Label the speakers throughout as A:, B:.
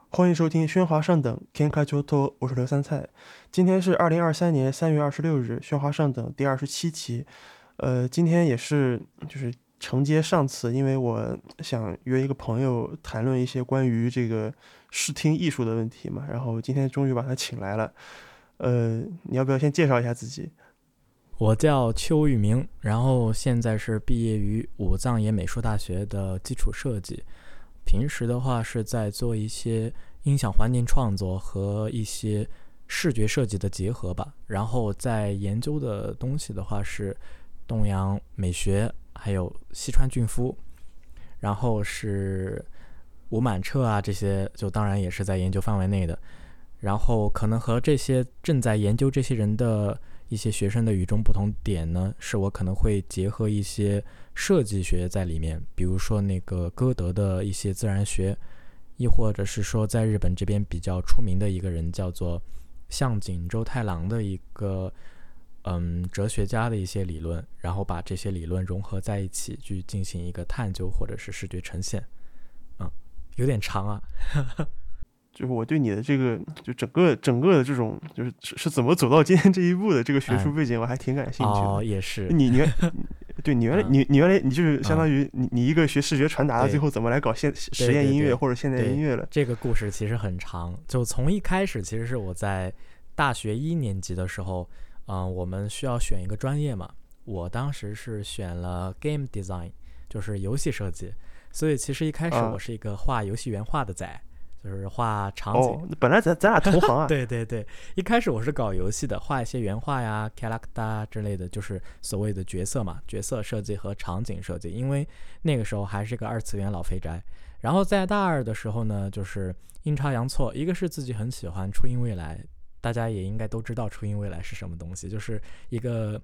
A: 欢迎收听喧哗上等 Kenkai Kyoto，我是刘三菜。今天是2023年3月26日，喧哗上等第27期。今天也是承接上次，因为我想约一个朋友谈论一些关于这个视听艺术的问题嘛，然后今天终于把他请来了。你要不要先介绍一下自己？
B: 我叫邱玉明，然后现在是毕业于武藏野美术大学的基础设计。平时的话是在做一些音响环境创作和一些视觉设计的结合吧。然后在研究的东西的话是东洋美学，还有西川俊夫，然后是吴满彻啊，这些就当然也是在研究范围内的。然后可能和这些正在研究这些人的一些学生的与众不同点呢，是我可能会结合一些设计学在里面，比如说那个歌德的一些自然学，亦或者是说在日本这边比较出名的一个人叫做向井周太郎的一个哲学家的一些理论，然后把这些理论融合在一起去进行一个探究或者是视觉呈现。有点长啊。
A: 就是我对你的这个就整个的这种是怎么走到今天这一步的这个学术背景，我还挺感兴趣的。
B: 也是
A: 你原来你就是相当于你一个学视觉传达的，最后怎么来搞实验音乐或者现代音乐了？
B: 这个故事其实很长，就从一开始其实是我在大学1年级的时候，我们需要选一个专业嘛，我当时是选了 Game Design， 就是游戏设计，所以其实一开始我是一个画游戏原画的仔。就是画场景。
A: 本来咱俩同行啊。
B: 对对对，一开始我是搞游戏的，画一些原画呀 character 之类的，就是所谓的角色嘛，角色设计和场景设计，因为那个时候还是个二次元老肥宅。然后在大二的时候呢，就是阴差阳错，一个是自己很喜欢初音未来，大家也应该都知道初音未来是什么东西，就是一个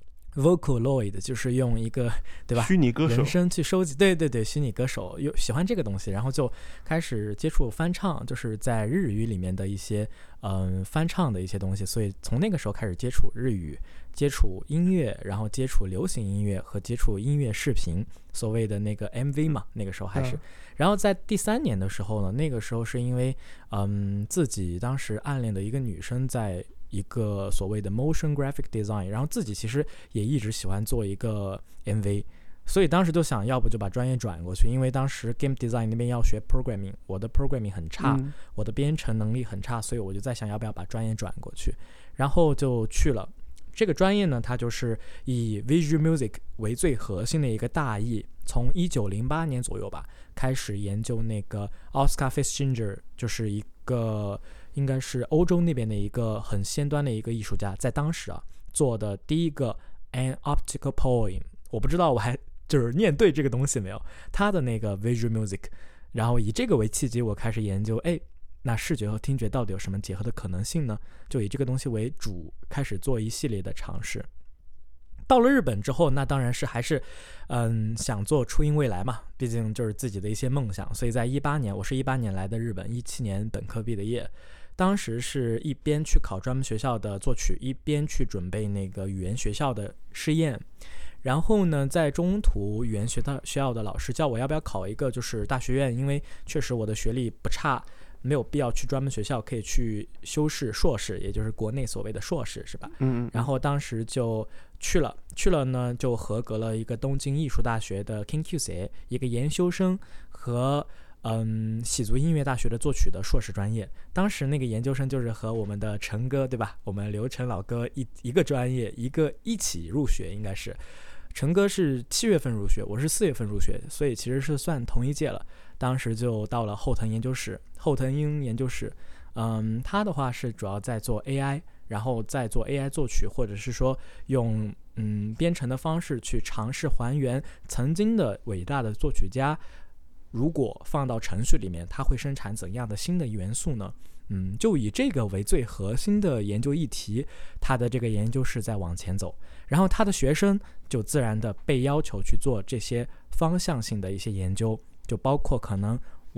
B: Vocaloid， 就是用一个对吧，
A: 虚拟歌手
B: 人声去收集，对对对，虚拟歌手又喜欢这个东西，然后就开始接触翻唱，就是在日语里面的一些翻唱的一些东西，所以从那个时候开始接触日语，接触音乐，然后接触流行音乐和接触音乐视频，所谓的那个 MV 嘛，那个时候还是。然后在第3年的时候呢，那个时候是因为自己当时暗恋的一个女生在一个所谓的 motion graphic design， 然后自己其实也一直喜欢做一个 MV， 所以当时就想要不就把专业转过去，因为当时 game design 那边要学 programming， 我的 programming 很差，我的编程能力很差，所以我就在想要不要把专业转过去，然后就去了。这个专业呢，它就是以 visual music 为最核心的一个大艺，从1908年左右吧开始研究那个 Oscar Fitzsinger， 就是一个应该是欧洲那边的一个很先端的一个艺术家，在当时做的第一个 an optical poem， 我不知道我还就是念对这个东西没有，他的那个 visual music， 然后以这个为契机，我开始研究那视觉和听觉到底有什么结合的可能性呢？就以这个东西为主，开始做一系列的尝试。到了日本之后，那当然是还是想做初音未来嘛，毕竟就是自己的一些梦想，所以在18年，我是18年来的日本，17年本科毕的业，当时是一边去考专门学校的作曲，一边去准备那个语言学校的试验。然后呢，在中途语言学校的老师叫我要不要考一个就是大学院，因为确实我的学历不差，没有必要去专门学校，可以去修士、硕士，也就是国内所谓的硕士，是吧？然后当时就去了呢，就合格了一个东京艺术大学的 Kinkyusei 一个研修生和喜族音乐大学的作曲的硕士专业。当时那个研究生就是和我们的陈哥，对吧？我们刘陈老哥一个专业，一起入学，应该是。陈哥是7月份入学，我是4月份入学，所以其实是算同一届了。当时就到了后藤英研究室，他的话是主要在做 AI， 然后在做 AI 作曲，或者是说用编程的方式去尝试还原曾经的伟大的作曲家，如果放到程序里面，它会生产怎样的新的元素呢？就以这个为最核心的研究议题，他的这个研究是在往前走，然后他的学生就自然的被要求去做这些方向性的一些研究，就包括可能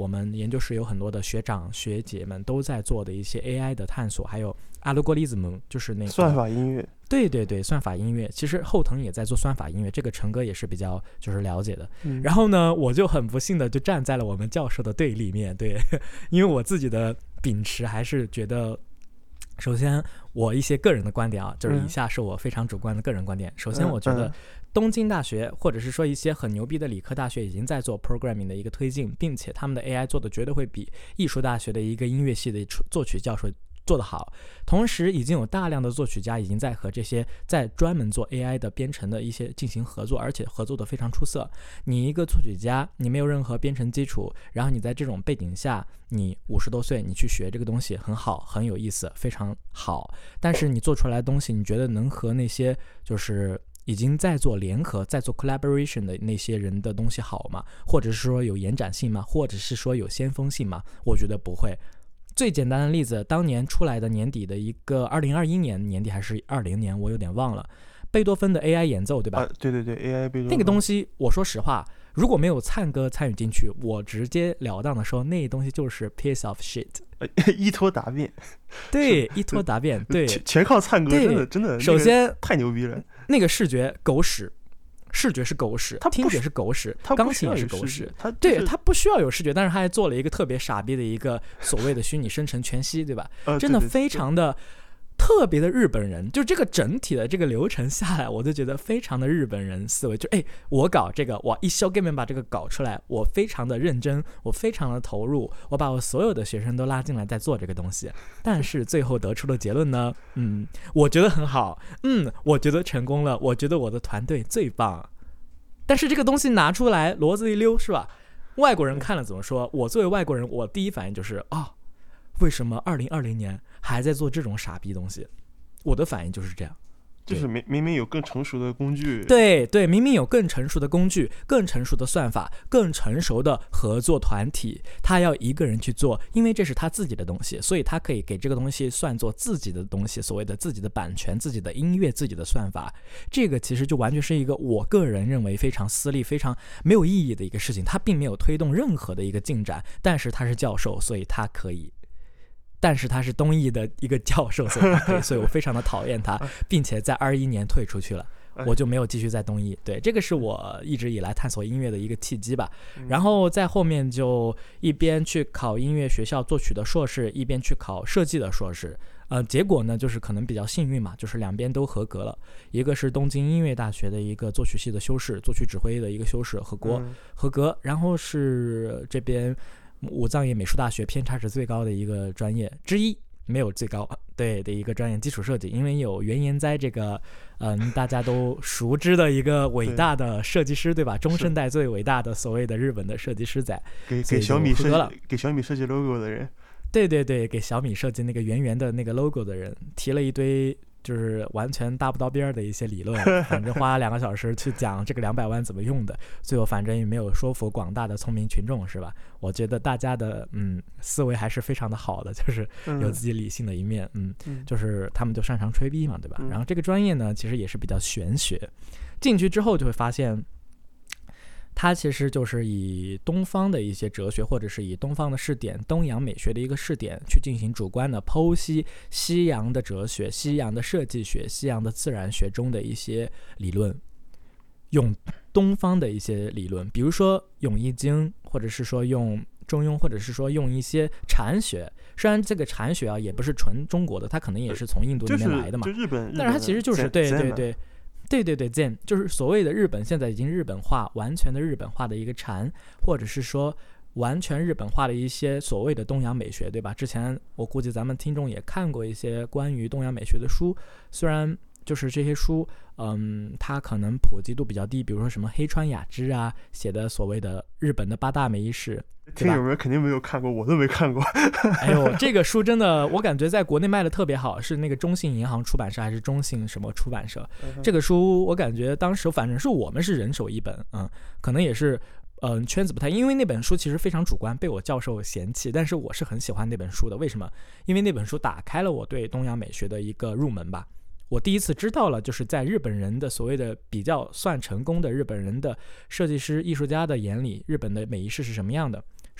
B: 我们研究室有很多的学长学姐们都在做的一些 AI 的探索，还有 algorithm 就是那个
A: 算法音乐。
B: 对对对，算法音乐，其实后藤也在做算法音乐，这个陈哥也是比较就是了解的。然后呢，我就很不幸的就站在了我们教授的对立面，对，因为我自己的秉持还是觉得，首先我一些个人的观点啊，就是以下是我非常主观的个人观点。首先，我觉得东京大学或者是说一些很牛逼的理科大学已经在做 programming 的一个推进，并且他们的 AI 做的绝对会比艺术大学的一个音乐系的作曲教授做得好，同时已经有大量的作曲家已经在和这些在专门做 AI 的编程的一些进行合作，而且合作的非常出色。你一个作曲家，你没有任何编程基础，然后你在这种背景下，你50多岁你去学这个东西很好，很有意思，非常好，但是你做出来的东西，你觉得能和那些就是已经在做联合在做 collaboration 的那些人的东西好吗？或者是说有延展性吗？或者是说有先锋性吗？我觉得不会。最简单的例子，当年出来的年底的一个2021年年底还是20年，我有点忘了，贝多芬的 AI 演奏，对吧？
A: 对对对 ，AI 贝多芬
B: 那个东西，我说实话，如果没有灿哥参与进去，我直截了当的说，那东西就是 piece of shit，
A: 一拖答辩。
B: 对，一拖答辩，对，
A: 全靠灿哥，真的，
B: 首先
A: 太牛逼了，
B: 那个视觉狗屎。视觉是狗屎，听觉是狗屎，钢琴也是狗屎。对，他不需要有视觉，但是他还做了一个特别傻逼的一个所谓的虚拟生成全息，对吧？真的非常的特别的日本人，就这个整体的这个流程下来，我就觉得非常的日本人思维。就我搞这个，我一生懸命把这个搞出来，我非常的认真，我非常的投入，我把我所有的学生都拉进来在做这个东西。但是最后得出的结论呢，我觉得很好，我觉得成功了，我觉得我的团队最棒。但是这个东西拿出来，骡子一溜，是吧？外国人看了怎么说？我作为外国人，我第一反应就是为什么2020年还在做这种傻逼东西？我的反应就是这样，
A: 就是明明有更成熟的工具，
B: 对对，明明有更成熟的工具、更成熟的算法、更成熟的合作团体，他要一个人去做，因为这是他自己的东西，所以他可以给这个东西算作自己的东西，所谓的自己的版权、自己的音乐、自己的算法。这个其实就完全是一个我个人认为非常私利、非常没有意义的一个事情，他并没有推动任何的一个进展，但是他是教授，所以他可以。但是他是东艺的一个教授，所以他可以，所以我非常的讨厌他，并且在21年退出去了，我就没有继续在东艺。对，这个是我一直以来探索音乐的一个契机吧。然后在后面就一边去考音乐学校作曲的硕士，一边去考设计的硕士。结果呢，就是可能比较幸运嘛，就是两边都合格了。一个是东京音乐大学的一个作曲系的修士，作曲指挥的一个修士合格，然后是这边武藏野美术大学偏差值最高的一个专业之一，没有最高，对的一个专业基础设计，因为有原研哉这个大家都熟知的一个伟大的设计师，对吧？中生代最伟大的所谓的日本的设计师仔，
A: 给小米设计 logo 的人，
B: 对对对，给小米设计那个圆圆的那个 logo 的人，提了一堆就是完全搭不到边的一些理论，反正花2个小时去讲这个200万怎么用的，最后反正也没有说服广大的聪明群众，是吧？我觉得大家的思维还是非常的好的，就是有自己理性的一面，就是他们就擅长吹逼嘛，对吧？然后这个专业呢，其实也是比较玄学，进去之后就会发现，它其实就是以东方的一些哲学，或者是以东方的视点、东洋美学的一个视点去进行主观的剖析西洋的哲学、西洋的设计学、西洋的自然学中的一些理论，用东方的一些理论，比如说用易经，或者是说用中庸，或者是说用一些禅学。虽然这个禅学也不是纯中国的，它可能也是从印度那边来的嘛，
A: 就日本，
B: 但是它其实就是对 Zen 就是所谓的日本现在已经日本化，完全的日本化的一个禅，或者是说完全日本化的一些所谓的东洋美学，对吧？之前我估计咱们听众也看过一些关于东洋美学的书，虽然就是这些书它可能普及度比较低，比如说什么黑川雅之啊写的所谓的日本的8大美意识，
A: 听友们肯定没有看过，我都没看过。
B: 哎呦，这个书真的我感觉在国内卖的特别好，是那个中信银行出版社还是中信什么出版社，这个书我感觉当时反正是我们是人手一本，可能也是圈子不太，因为那本书其实非常主观，被我教授嫌弃，但是我是很喜欢那本书的。为什么？因为那本书打开了我对东洋美学的一个入门吧。我第一次知道了，就是在日本人的所谓的比较算成功的日本人的设计师、艺术家的眼里，日本的美意识是什么样的。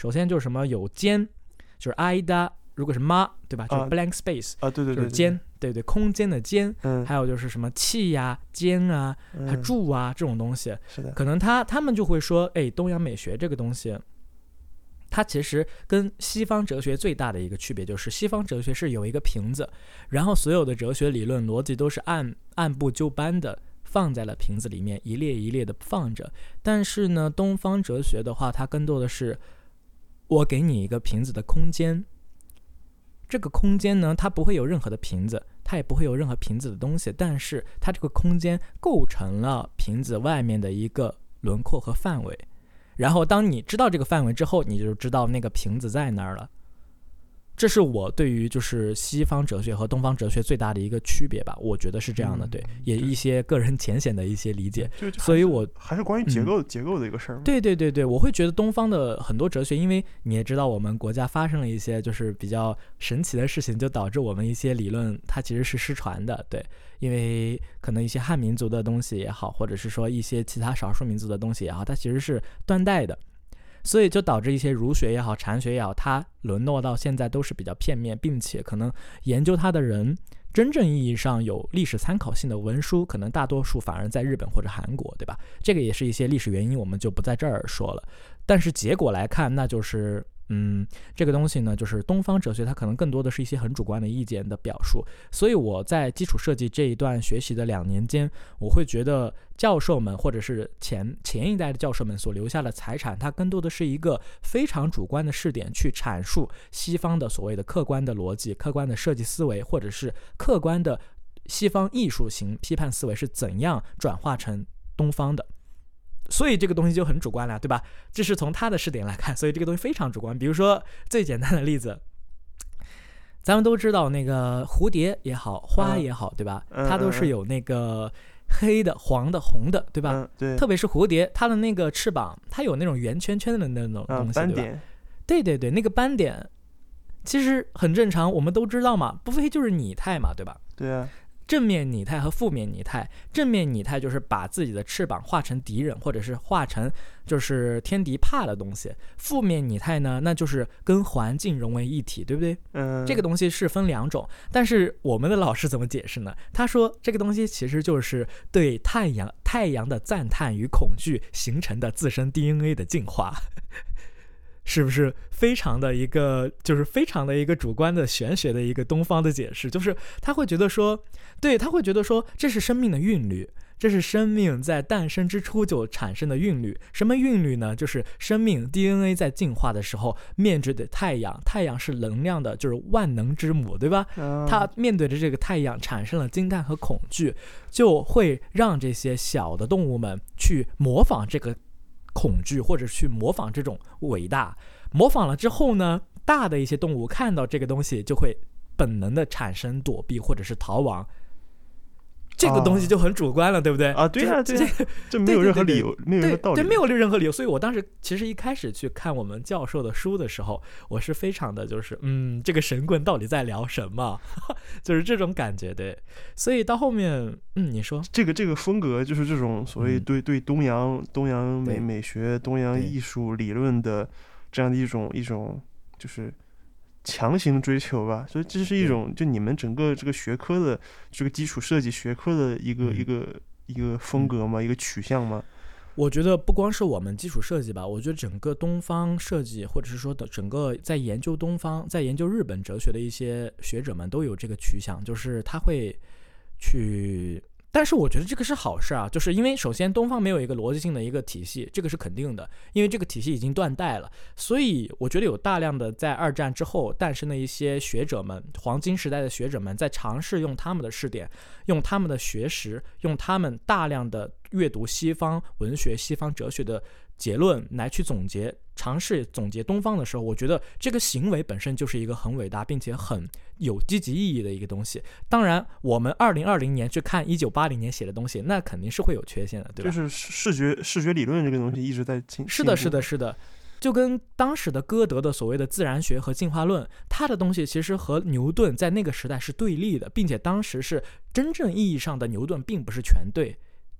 B: 首先就是什么有间，就是 ida， 如果是妈，对吧？就是 blank space
A: 啊，对对对，
B: 就是间，对对，空间的间。
A: 嗯，
B: 还有就是什么气呀、间啊、还柱啊这种东西，
A: 是的，
B: 可能他们就会说，哎，东洋美学这个东西，它其实跟西方哲学最大的一个区别就是，西方哲学是有一个瓶子，然后所有的哲学理论逻辑都是按部就班的放在了瓶子里面，一列一列的放着。但是呢，东方哲学的话，它更多的是我给你一个瓶子的空间，这个空间呢，它不会有任何的瓶子，它也不会有任何瓶子的东西，但是它这个空间构成了瓶子外面的一个轮廓和范围。然后当你知道这个范围之后，你就知道那个瓶子在那儿了。这是我对于就是西方哲学和东方哲学最大的一个区别吧，我觉得是这样的，对，也一些个人浅显的一些理解，所以我
A: 还是关于结构的一个事儿。
B: 对对对对，我会觉得东方的很多哲学，因为你也知道我们国家发生了一些就是比较神奇的事情，就导致我们一些理论它其实是失传的，对，因为可能一些汉民族的东西也好，或者是说一些其他少数民族的东西也好，它其实是断代的。所以就导致一些儒学也好禅学也好，它沦落到现在都是比较片面，并且可能研究它的人真正意义上有历史参考性的文书，可能大多数反而在日本或者韩国，对吧？这个也是一些历史原因，我们就不在这儿说了。但是结果来看，那就是这个东西呢，就是东方哲学它可能更多的是一些很主观的意见的表述。所以我在基础设计这一段学习的2年间，我会觉得教授们或者是前一代的教授们所留下的财产，它更多的是一个非常主观的视点去阐述西方的所谓的客观的逻辑、客观的设计思维，或者是客观的西方艺术型批判思维是怎样转化成东方的。所以这个东西就很主观了，对吧？这是从他的视点来看，所以这个东西非常主观。比如说最简单的例子，咱们都知道那个蝴蝶也好，花也好，对吧？它都是有那个黑的、黄的、红的，对吧？
A: 对。
B: 特别是蝴蝶，它的那个翅膀，它有那种圆圈圈的那种东西，
A: 斑点。
B: 对对对，那个斑点其实很正常，我们都知道嘛，不非就是拟态嘛，对吧？
A: 对啊。
B: 正面拟态和负面拟态，正面拟态就是把自己的翅膀画成敌人，或者是画成就是天敌怕的东西。负面拟态呢，那就是跟环境融为一体，对不对？这个东西是分2种，但是我们的老师怎么解释呢？他说这个东西其实就是对太阳的赞叹与恐惧形成的自身 DNA 的进化。是不是非常的一个主观的玄学的一个东方的解释？就是他会觉得说，对，他会觉得说这是生命的韵律，这是生命在诞生之初就产生的韵律。什么韵律呢？就是生命 DNA 在进化的时候面对的太阳，太阳是能量的，就是万能之母，对吧？它面对着这个太阳产生了惊叹和恐惧，就会让这些小的动物们去模仿这个恐惧，或者去模仿这种伟大。模仿了之后呢，大的一些动物看到这个东西就会本能的产生躲避或者是逃亡。这个东西就很主观了，对不对？
A: 对啊，对啊，这没有任何理由，没有任何道理，
B: 对，没有任何理由。所以我当时其实一开始去看我们教授的书的时候，我是非常的就是这个神棍到底在聊什么，就是这种感觉。对，所以到后面你说
A: 这个风格就是这种所谓对东洋美学、东洋艺术理论的这样的一种就是强行追求吧，所以这是一种就你们整个这个学科的这个基础设计学科的一个风格吗？一个取向吗？
B: 我觉得不光是我们基础设计吧，我觉得整个东方设计，或者是说的整个在研究东方、在研究日本哲学的一些学者们都有这个取向，就是他会去。但是我觉得这个是好事啊，就是因为首先东方没有一个逻辑性的一个体系，这个是肯定的，因为这个体系已经断代了，所以我觉得有大量的在2战之后诞生的一些学者们，黄金时代的学者们，在尝试用他们的视点，用他们的学识，用他们大量的阅读西方文学、西方哲学的结论来去尝试总结东方的时候，我觉得这个行为本身就是一个很伟大并且很有积极意义的一个东西。当然我们2020年去看1980年写的东西，那肯定是会有缺陷的，对吧？
A: 就是视觉理论这个东西一直在进步。
B: 是的，就跟当时的歌德的所谓的自然学和进化论，他的东西其实和牛顿在那个时代是对立的，并且当时是真正意义上的牛顿并不是全对，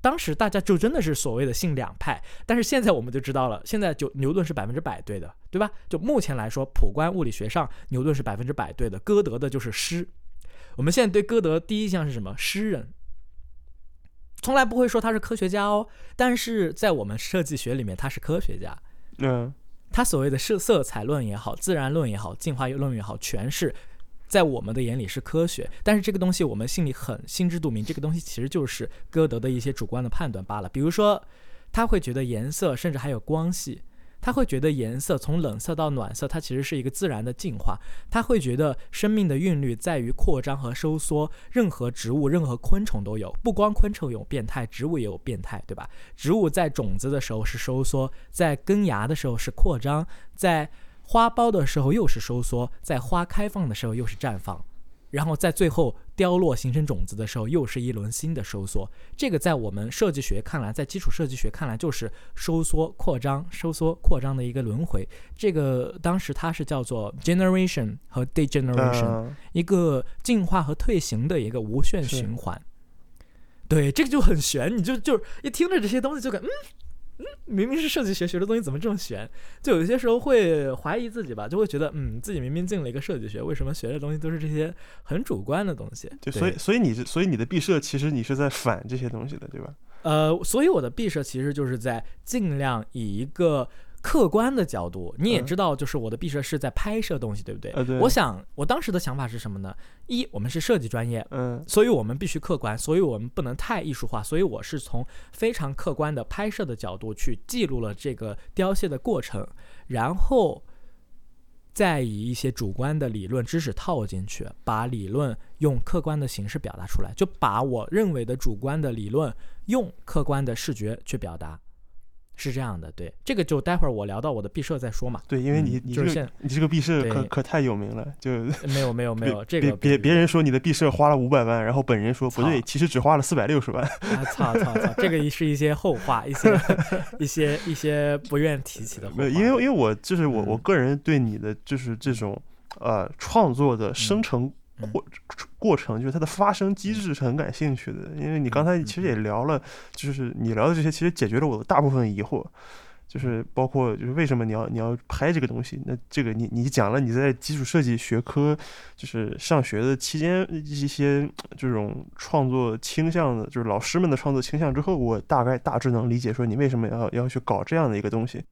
B: 当时大家就真的是所谓的信两派，但是现在我们就知道了，现在就牛顿是100%对的，对吧？就目前来说，普观物理学上牛顿是100%对的，歌德的就是诗。我们现在对歌德第一印象是什么？诗人，从来不会说他是科学家哦，但是在我们设计学里面他是科学家。他所谓的色彩论也好，自然论也好，进化论也好，全是在我们的眼里是科学，但是这个东西我们心里很心知肚明，这个东西其实就是歌德的一些主观的判断罢了。比如说他会觉得颜色甚至还有光系，他会觉得颜色从冷色到暖色它其实是一个自然的进化，他会觉得生命的韵律在于扩张和收缩，任何植物任何昆虫都有，不光昆虫有变态，植物也有变态，对吧？植物在种子的时候是收缩，在根芽的时候是扩张，在花苞的时候又是收缩，在花开放的时候又是绽放，然后在最后凋落形成种子的时候又是一轮新的收缩。这个在我们设计学看来，在基础设计学看来就是收缩扩张收缩扩张的一个轮回。这个当时它是叫做 generation 和 degeneration，一个进化和退行的一个无限循环。对，这个就很玄，你就一听着这些东西就感明明是设计学学的东西怎么这么玄，就有些时候会怀疑自己吧，就会觉得自己明明进了一个设计学，为什么学的东西都是这些很主观的东西。
A: 对，所以你的毕设其实你是在反这些东西的，对吧？
B: 所以我的毕设其实就是在尽量以一个客观的角度，你也知道，就是我的毕设是在拍摄东西，对不对？
A: 对。
B: 我当时的想法是什么呢？一，我们是设计专业，所以我们必须客观，所以我们不能太艺术化，所以我是从非常客观的拍摄的角度去记录了这个凋谢的过程，然后再以一些主观的理论知识套进去，把理论用客观的形式表达出来，就把我认为的主观的理论用客观的视觉去表达。是这样的，对，这个就待会儿我聊到我的毕设再说嘛。
A: 对，因为你这个毕设可太有名了，就
B: 没有这个
A: 别人说你的毕设花了500万，然后本人说不对，其实只花了460万。
B: 操，这个是一些后话，一些不愿提起的后话。
A: 因为我就是我个人对你的就是这种创作的生成过程，就是它的发生机制是很感兴趣的。因为你刚才其实也聊了，就是你聊的这些其实解决了我的大部分疑惑，就是包括就是为什么你要拍这个东西。那这个你讲了你在基础设计学科就是上学的期间一些这种创作倾向的，就是老师们的创作倾向之后，我大致能理解说你为什么要去搞这样的一个东西。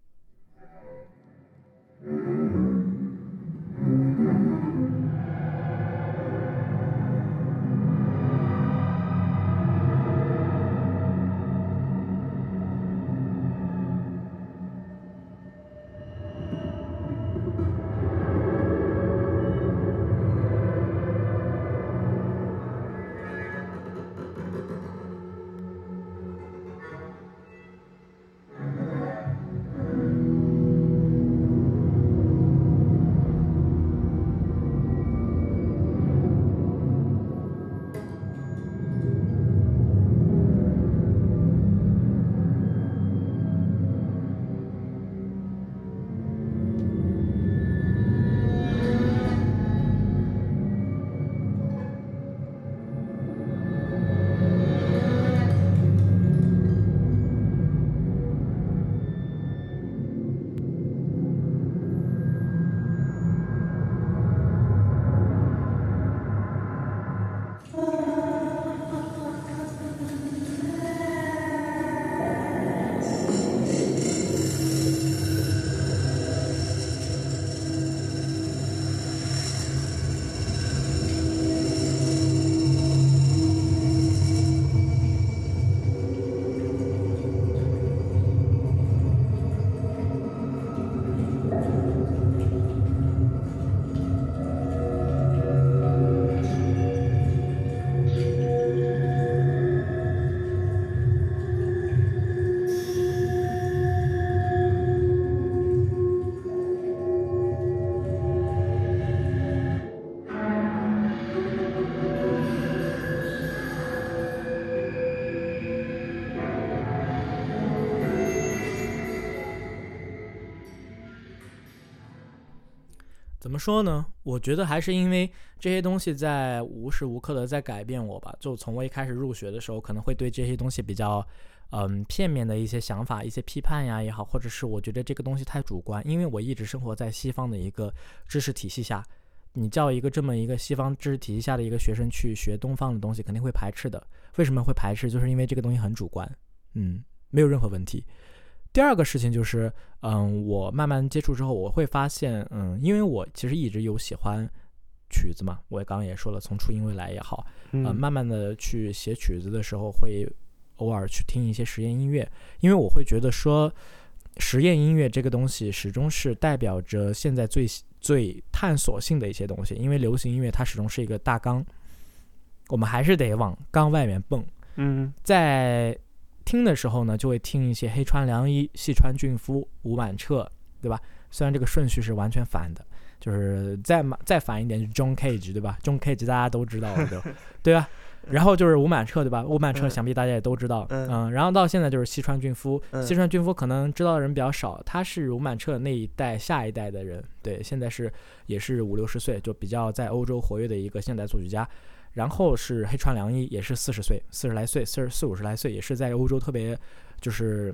B: 怎么说呢？我觉得还是因为这些东西在无时无刻的在改变我吧。就从我一开始入学的时候，可能会对这些东西比较片面的一些想法、一些批判呀也好，或者是我觉得这个东西太主观，因为我一直生活在西方的一个知识体系下，你叫这么一个西方知识体系下的一个学生去学东方的东西，肯定会排斥的。为什么会排斥？就是因为这个东西很主观，没有任何问题。第二个事情就是，我慢慢接触之后，我会发现，因为我其实一直有喜欢曲子嘛，我刚刚也说了，从初音未来也好，慢慢的去写曲子的时候，会偶尔去听一些实验音乐，因为我会觉得说，实验音乐这个东西始终是代表着现在最探索性的一些东西，因为流行音乐它始终是一个大纲，我们还是得往纲外面蹦。在听的时候呢，就会听一些黑川凉一、细川俊夫、伍满彻，对吧？虽然这个顺序是完全反的，就是再反一点就是 John Cage， 对吧？ John Cage 大家都知道了，对吧？然后就是伍满彻，对吧？伍满彻想必大家也都知道，然后到现在就是细川俊夫，细川俊夫可能知道的人比较少，他是伍满彻那一代下一代的人，对，现在也是50-60岁，就比较在欧洲活跃的一个现代作曲家。然后是黑川凉一，也是40岁，40来岁，40-50来岁，也是在欧洲特别就是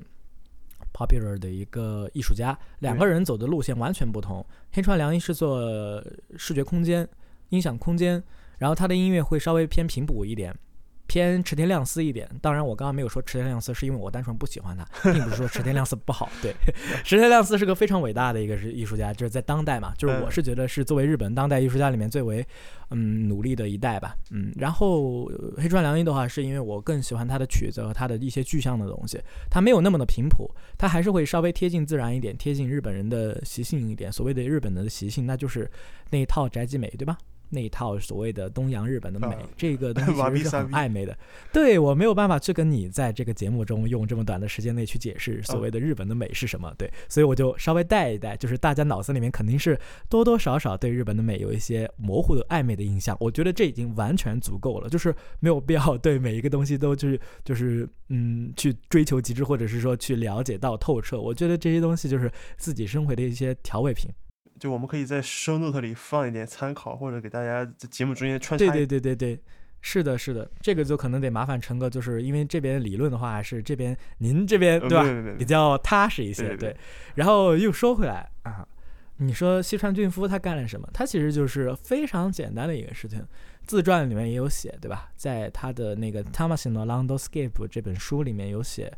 B: popular 的一个艺术家。两个人走的路线完全不同。黑川凉一是做视觉空间、音响空间，然后他的音乐会稍微偏平补一点，偏池田亮司一点。当然我刚刚没有说池田亮司是因为我单纯不喜欢他，并不是说池田亮司不好，对，池田亮司是个非常伟大的一个艺术家，就是在当代嘛，就是我是觉得是作为日本当代艺术家里面最为努力的一代吧。然后黑川凉一的话，是因为我更喜欢他的曲子和他的一些具象的东西，他没有那么的频谱，他还是会稍微贴近自然一点，贴近日本人的习性一点。所谓的日本的习性，那就是那一套宅基美，对吧？那一套所谓的东洋日本的美，这个东西其实是很暧昧的。对，我没有办法去跟你在这个节目中用这么短的时间内去解释所谓的日本的美是什么。对，所以我就稍微带一带，就是大家脑子里面肯定是多多少少对日本的美有一些模糊的暧昧的印象，我觉得这已经完全足够了，就是没有必要对每一个东西都就是去追求极致，或者是说去了解到透彻。我觉得这些东西就是自己生活的一些调味品。
A: 就我们可以在 show note 里放一点参考，或者给大家在节目中间穿插。
B: 对，是的，这个就可能得麻烦陈哥，就是因为这边理论的话，还是您这边对吧，比较踏实一些。对，然后又说回来啊，你说西川俊夫他干了什么？他其实就是非常简单的一个事情，自传里面也有写，对吧？在他的那个《魂のランドスケープ》这本书里面有写。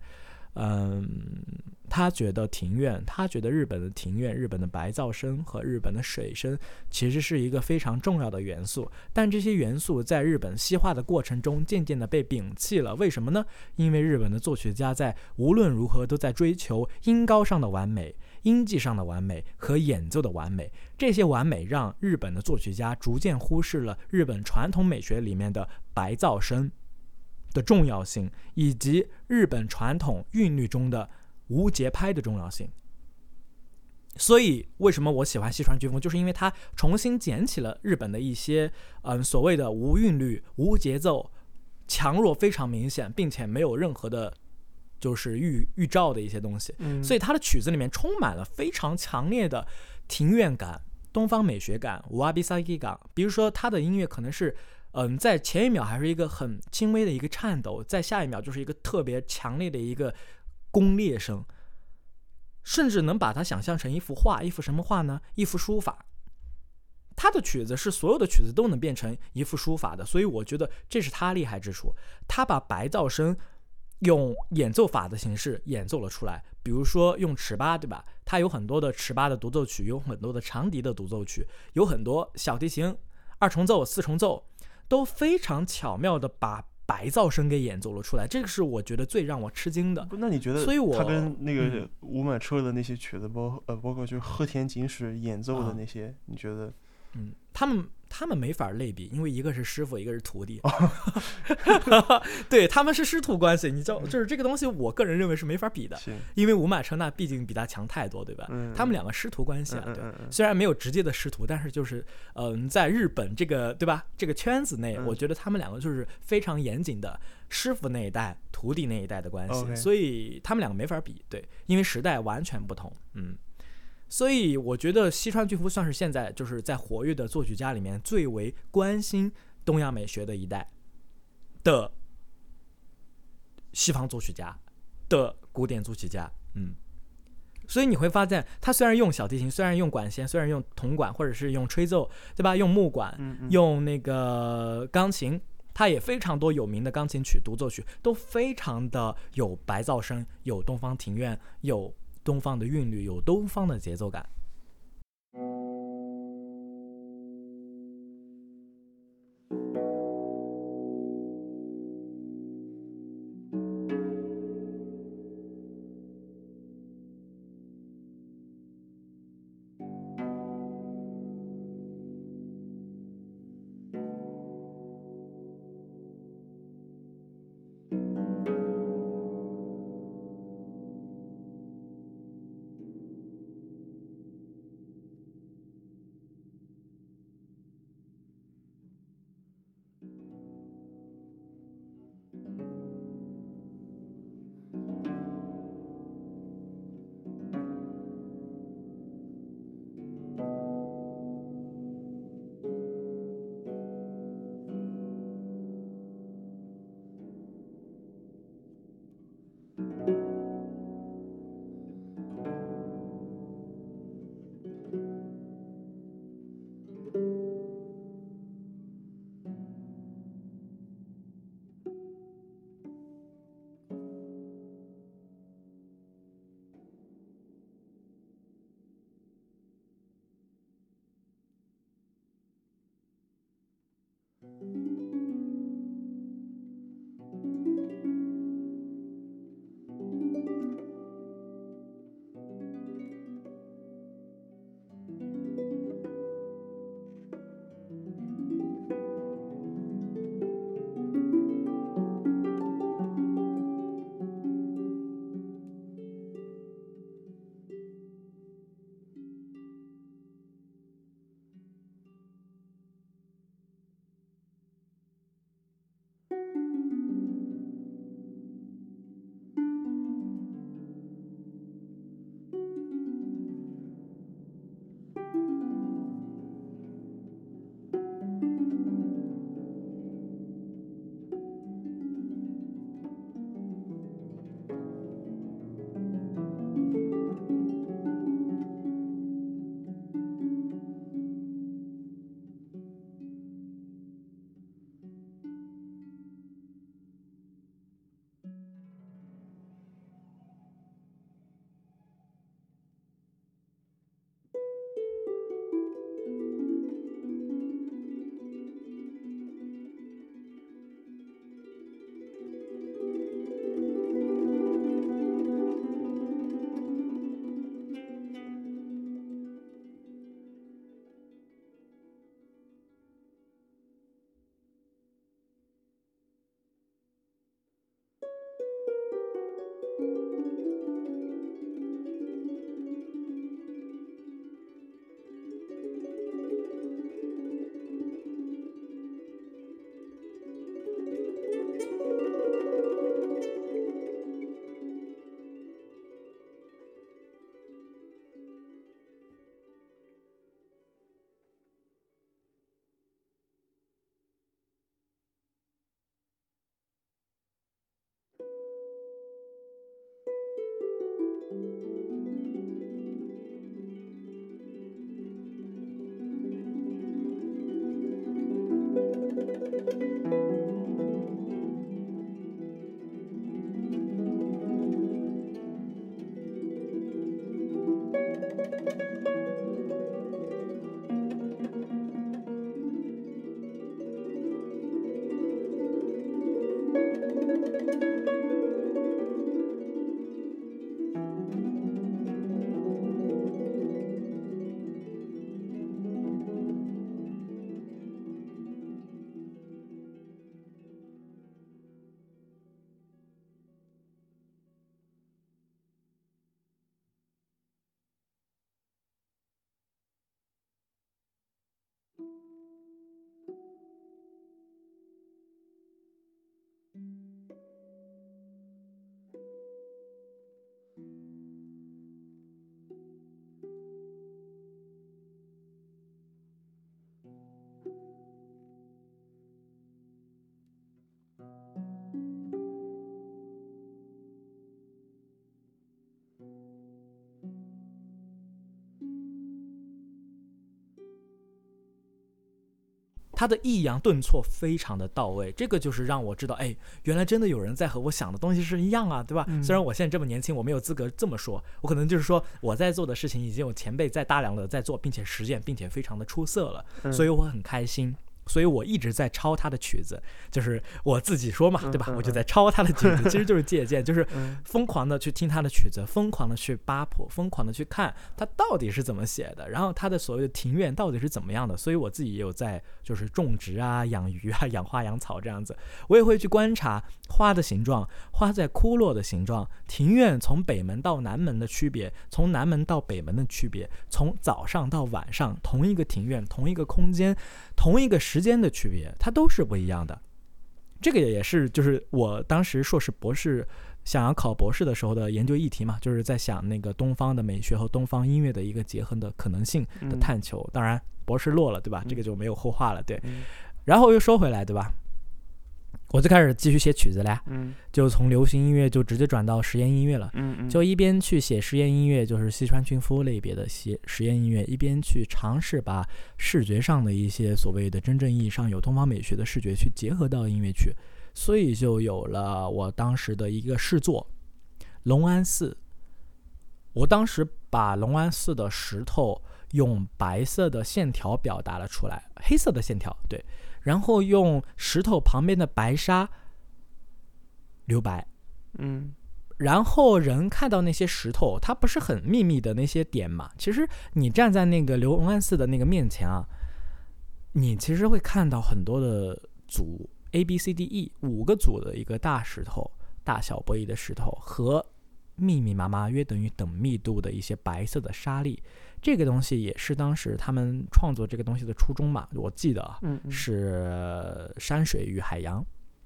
B: 他觉得庭院，他觉得日本的庭院、日本的白噪声和日本的水声其实是一个非常重要的元素，但这些元素在日本西化的过程中渐渐的被摒弃了。为什么呢？因为日本的作曲家在无论如何都在追求音高上的完美、音技上的完美和演奏的完美，这些完美让日本的作曲家逐渐忽视了日本传统美学里面的白噪声的重要性，以及日本传统韵律中的无节拍的重要性。所以为什么我喜欢西川俊夫，就是因为他重新捡起了日本的一些所谓的无韵律、无节奏、强弱非常明显，并且没有任何的就是预兆的一些东西。所以他的曲子里面充满了非常强烈的庭院感、东方美学感、瓦比萨基感。比如说他的音乐可能是在前一秒还是一个很轻微的一个颤抖，在下一秒就是一个特别强烈的一个攻裂声，甚至能把它想象成一幅画。一幅什么画呢？一幅书法。他的曲子是所有的曲子都能变成一幅书法的，所以我觉得这是他厉害之处。他把白噪声用演奏法的形式演奏了出来，比如说用尺八，对吧？他有很多的尺八的独奏曲，有很多的长笛的独奏曲，有很多小提琴2重奏、4重奏都非常巧妙的把白噪声给演奏了出来，这个是我觉得最让我吃惊的。
A: 那你觉得他跟那个伍满彻的那些曲子，包括就是鹤田锦史演奏的那些，你觉得？
B: 他们没法类比，因为一个是师傅，一个是徒弟。对，他们是师徒关系，你知道，就是这个东西，我个人认为是没法比的。因为伍满彻那毕竟比他强太多，对吧？他们两个师徒关系啊，对，虽然没有直接的师徒，但是就是在日本这个对吧这个圈子内，我觉得他们两个就是非常严谨的师傅那一代、徒弟那一代的关系，所以他们两个没法比，对，因为时代完全不同。 所以我觉得西川俊夫算是现在就是在活跃的作曲家里面最为关心东洋美学的一代的西方作曲家的古典作曲家。所以你会发现他虽然用小提琴，虽然用管弦，虽然用铜管或者是用吹奏，对吧，用木管，用那个钢琴，他也非常多有名的钢琴曲独奏曲都非常的有白噪声，有东方庭院，有东方的韵律，有东方的节奏感。 他的抑扬顿挫非常的到位，这个就是让我知道，哎，原来真的有人在和我想的东西是一样啊，对吧？虽然我现在这么年轻，我没有资格这么说，我可能就是说我在做的事情已经有前辈在大量的在做，并且实践，并且非常的出色了，所以我很开心。所以我一直在抄他的曲子，就是我自己说嘛，对吧？我就在抄他的曲子，其实就是借鉴，就是疯狂的去听他的曲子，疯狂的去扒谱，疯狂的去看他到底是怎么写的，然后他的所谓的庭院到底是怎么样的。所以我自己也有在就是种植啊、养鱼啊、养花养草这样子，我也会去观察花的形状，花在枯落的形状，庭院从北门到南门的区别，从南门到北门的区别，从早上到晚上，同一个庭院，同一个空间，同一个时间的区别，它都是不一样的。这个也是就是我当时硕士博士想要考博士的时候的研究议题嘛，就是在想那个东方的美学和东方音乐的一个结合的可能性的探求。当然博士落了，对吧？这个就没有后话了，对。然后又说回来，对吧？我就开始继续写曲子了呀，就从流行音乐就直接转到实验音乐了，就一边去写实验音乐，就是西川群夫类别的实验音乐，一边去尝试把视觉上的一些所谓的真正意义上有东方美学的视觉去结合到音乐去，所以就有了我当时的一个试作龙安寺。我当时把龙安寺的石头用白色的线条表达了出来，黑色的线条，对，然后用石头旁边的白沙留白，然后人看到那些石头，它不是很密密的那些点嘛，其实你站在那个龙安寺的那个面前啊，你其实会看到很多的组 ABCDE 5个组的一个大石头，大小不一的石头和密密麻麻约等于等密度的一些白色的沙粒，这个东西也是当时他们创作这个东西的初衷嘛，我记得是山水与海洋。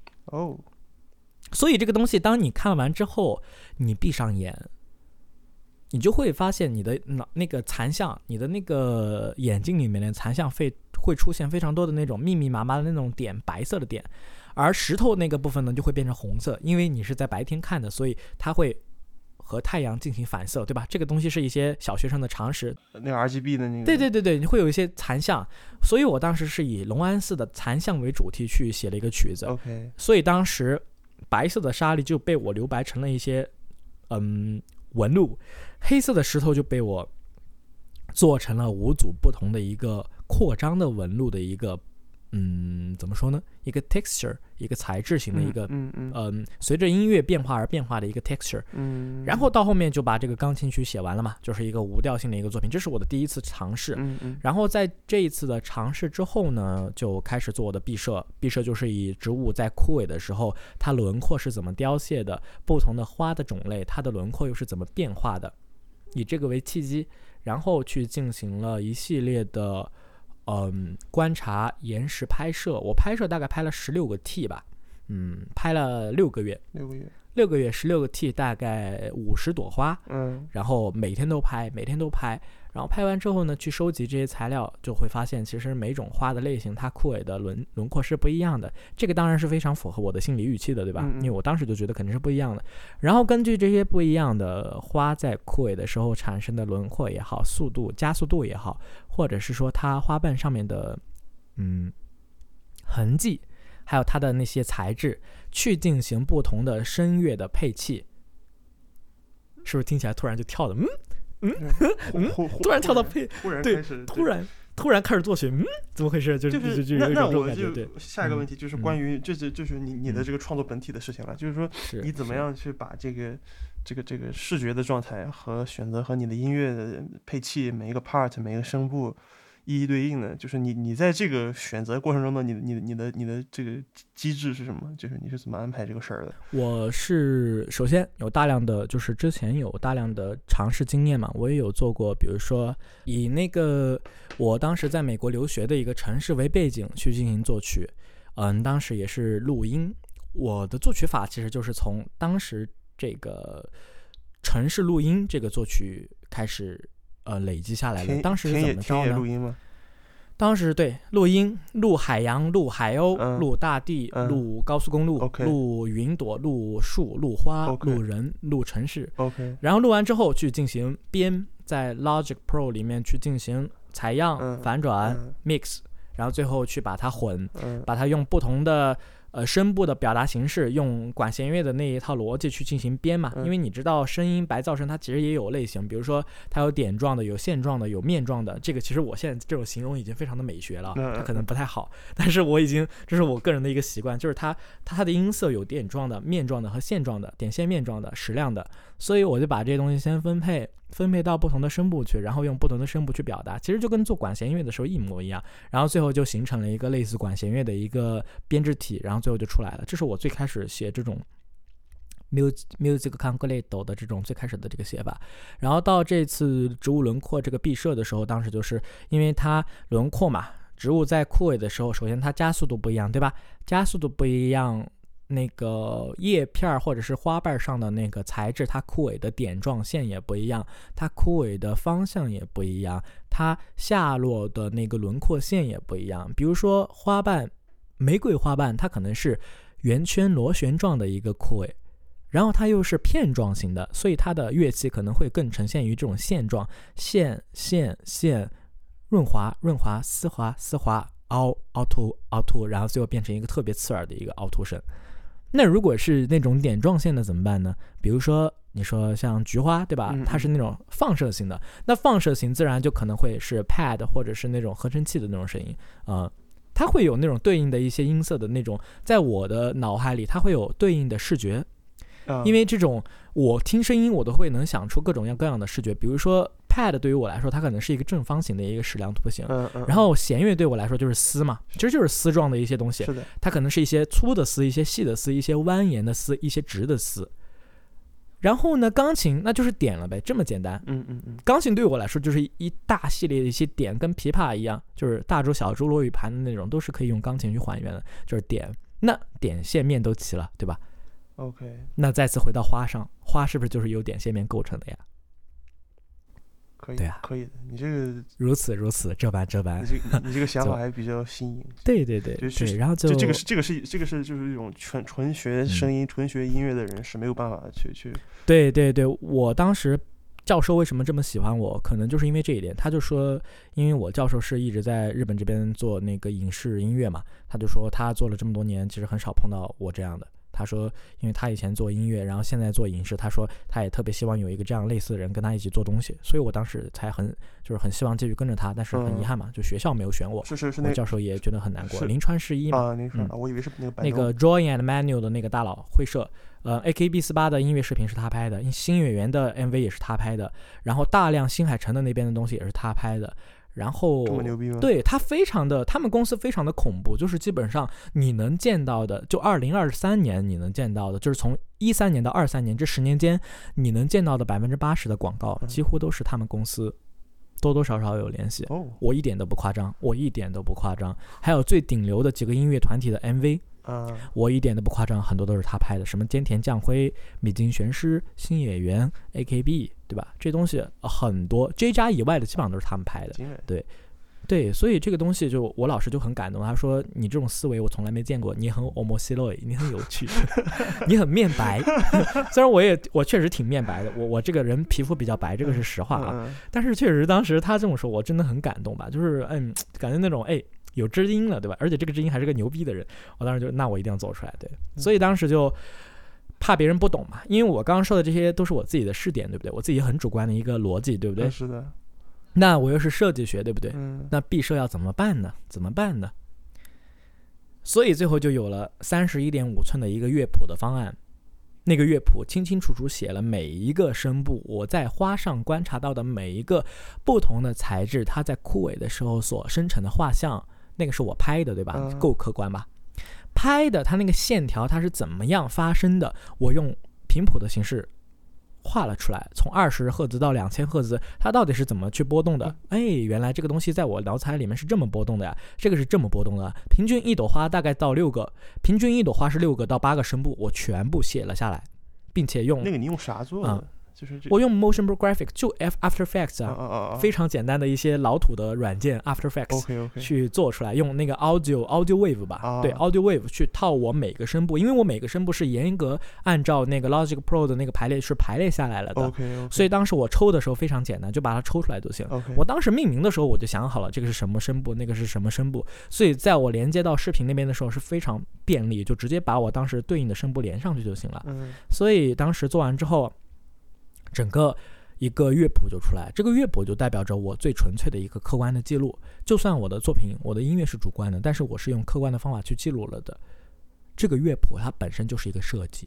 B: 所以这个东西当你看完之后，你闭上眼，你就会发现你的那个残像，你的那个眼睛里面的残像会出现非常多的那种密密麻麻的那种点，白色的点，而石头那个部分呢就会变成红色，因为你是在白天看的，所以它会和太阳进行反射，对吧？这个东西是一些小学生的常识，
A: 那个 RGB 的那个，
B: 对，你会有一些残像，所以我当时是以龙安寺的残像为主题去写了一个曲子。所以当时白色的沙粒就被我留白成了一些纹路，黑色的石头就被我做成了5组不同的一个扩张的纹路的一个怎么说呢？一个 texture， 一个材质型的一个随着音乐变化而变化的一个 texture。然后到后面就把这个钢琴曲写完了嘛，就是一个无调性的一个作品，这是我的第一次尝试。然后在这一次的尝试之后呢，就开始做我的毕设。毕设就是以植物在枯萎的时候，它轮廓是怎么凋谢的，不同的花的种类，它的轮廓又是怎么变化的，以这个为契机，然后去进行了一系列的观察、延时拍摄。我拍摄大概拍了16个 T 吧，拍了6个月，16个 T 大概50朵花，然后每天都拍，然后拍完之后呢，去收集这些材料，就会发现其实每种花的类型它枯萎的轮廓是不一样的，这个当然是非常符合我的心理预期的，对吧？因为我当时就觉得肯定是不一样的。然后根据这些不一样的花在枯萎的时候产生的轮廓也好，速度加速度也好，或者是说它花瓣上面的痕迹，还有它的那些材质，去进行不同的声乐的配器。是不是听起来突然就跳的突然跳到配，突然开始做曲，怎么回事？就是
A: 那我就下一个问题就是关于就是你的这个创作本体的事情了，就是说你怎么样去把这个视觉的状态和选择和你的音乐的配器每一个 part 每一个声部一一对应的，就是你在这个选择过程中的你的这个机制是什么？就是你是怎么安排这个事儿的？
B: 我是首先有大量的，就是之前有大量的尝试经验嘛，我也有做过，比如说以那个我当时在美国留学的一个城市为背景去进行作曲，当时也是录音。我的作曲法其实就是从当时这个城市录音这个作曲开始。累积下来了。当时是怎么着呢？
A: 录音吗？
B: 当时对录音，录海洋，录海鸥，录大地，录高速公路，录云朵，录树，录花，录人，录城市。然后录完之后去进行编，在 Logic Pro 里面去进行采样、反转、mix， 然后最后去把它把它用不同的声部的表达形式，用管弦乐的那一套逻辑去进行编嘛。因为你知道声音白噪声它其实也有类型，比如说它有点状的，有线状的，有面状的。这个其实我现在这种形容已经非常的美学了，它可能不太好，但是这是我个人的一个习惯，就是它的音色有点状的、面状的和线状的，点线面状的、矢量的，所以我就把这些东西先分配到不同的声部去，然后用不同的声部去表达，其实就跟做管弦乐的时候一模一样，然后最后就形成了一个类似管弦乐的一个编制体，然后最后就出来了。这是我最开始写这种 music concreto 的这种最开始的这个写法。然后到这次植物轮廓这个毕设的时候，当时就是因为它轮廓嘛，植物在枯萎的时候，首先它加速度不一样，对吧？加速度不一样，那个叶片或者是花瓣上的那个材质，它枯萎的点状线也不一样，它枯萎的方向也不一样，它下落的那个轮廓线也不一样。比如说花瓣，玫瑰花瓣它可能是圆圈螺旋状的一个枯萎，然后它又是片状型的，所以它的乐器可能会更呈现于这种线状，线润滑丝滑凹凸，然后最后变成一个特别刺耳的一个凹凸声。那如果是那种点状线的怎么办呢？比如说你说像菊花，对吧？它是那种放射型的，那放射型自然就可能会是 pad 或者是那种合成器的那种声音，它会有那种对应的一些音色的那种，在我的脑海里它会有对应的视觉，因为这种我听声音我都会能想出各种各样的视觉。比如说 pad 对于我来说它可能是一个正方形的一个矢量图形，然后弦乐对我来说就是丝嘛，其实就是丝状的一些东西，它可能是一些粗的丝，一些细的丝，一些蜿蜒的丝，一些直的丝。然后呢，钢琴那就是点了呗，这么简单。钢琴对我来说就是一大系列的一些点，跟琵琶一样，就是大珠小珠落玉盘的那种，都是可以用钢琴去还原的，就是点。那点线面都齐了，对吧？
A: OK，
B: 那再次回到花上，花是不是就是由点线面构成的呀？
A: 可以，
B: 对啊，
A: 可以的。你这个
B: 如此这般，
A: 你这个想法还比较新颖。
B: 对，然后
A: 这个是就是一种纯学声音、纯学音乐的人是没有办法去。
B: 对，我当时教授为什么这么喜欢我，可能就是因为这一点。他就说，因为我教授是一直在日本这边做那个影视音乐嘛，他就说他做了这么多年，其实很少碰到我这样的。他说因为他以前做音乐，然后现在做影视，他说他也特别希望有一个这样类似的人跟他一起做东西，所以我当时才很希望继续跟着他，但是很遗憾嘛，就学校没有选我。
A: 是
B: 我教授也觉得很难过。临川世一嘛，
A: 我以为是
B: 那个 Drawing and Manual 的那个大佬会社，AKB48 的音乐视频是他拍的，新演员的 MV 也是他拍的，然后大量新海诚的那边的东西也是他拍的。然后
A: 这么牛逼吗？
B: 对，他们公司非常的恐怖，就是基本上你能见到的，就2023年你能见到的，就是从13年到23年这10年间，你能见到的80%的广告，几乎都是他们公司多多少少有联系。我一点都不夸张，还有最顶流的几个音乐团体的 MV，我一点都不夸张，很多都是他拍的，什么菅田将晖、米津玄师、新演员、AKB， 对吧？这东西很多 J 家以外的基本上都是他们拍的。对，所以这个东西就我老师就很感动，他说你这种思维我从来没见过，你很面白，你很有趣，你很面白。虽然我确实挺面白的，我这个人皮肤比较白，这个是实话啊。但是确实当时他这么说，我真的很感动吧，就是感觉那种有知音了，对吧？而且这个知音还是个牛逼的人，我当时就那我一定要走出来，对。所以当时就怕别人不懂嘛，因为我刚刚说的这些都是我自己的视点，对不对？我自己很主观的一个逻辑，对不对？
A: 是的。
B: 那我又是设计学，对不对？那毕设要怎么办呢？所以最后就有了31.5寸的一个乐谱的方案。那个乐谱清清楚楚写了每一个声部，我在花上观察到的每一个不同的材质，它在枯萎的时候所生成的画像，那个是我拍的，对吧？够客观吧？拍的它那个线条它是怎么样发生的，我用频谱的形式画了出来，从20赫兹到2000赫兹，它到底是怎么去波动的？原来这个东西在我脑海里面是这么波动的呀，这个是这么波动的。平均一朵花大概到6个，平均一朵花是6个到8个声部，我全部写了下来，并且用
A: 那个你用啥做的？ 就是
B: 我用 Motion Graphic 就 After Effects 非常简单的一些老土的软件 After Effects 去做出来，用那个 Audio Wave 吧，对 Audio Wave 去套我每个声部，因为我每个声部是严格按照那个 Logic Pro 的那个排列是排列下来了的，所以当时我抽的时候非常简单，就把它抽出来就行。我当时命名的时候我就想好了，这个是什么声部，那个是什么声部，所以在我连接到视频那边的时候是非常便利，就直接把我当时对应的声部连上去就行了。所以当时做完之后，整个一个乐谱就出来，这个乐谱就代表着我最纯粹的一个客观的记录。就算我的作品我的音乐是主观的，但是我是用客观的方法去记录了的。这个乐谱它本身就是一个设计，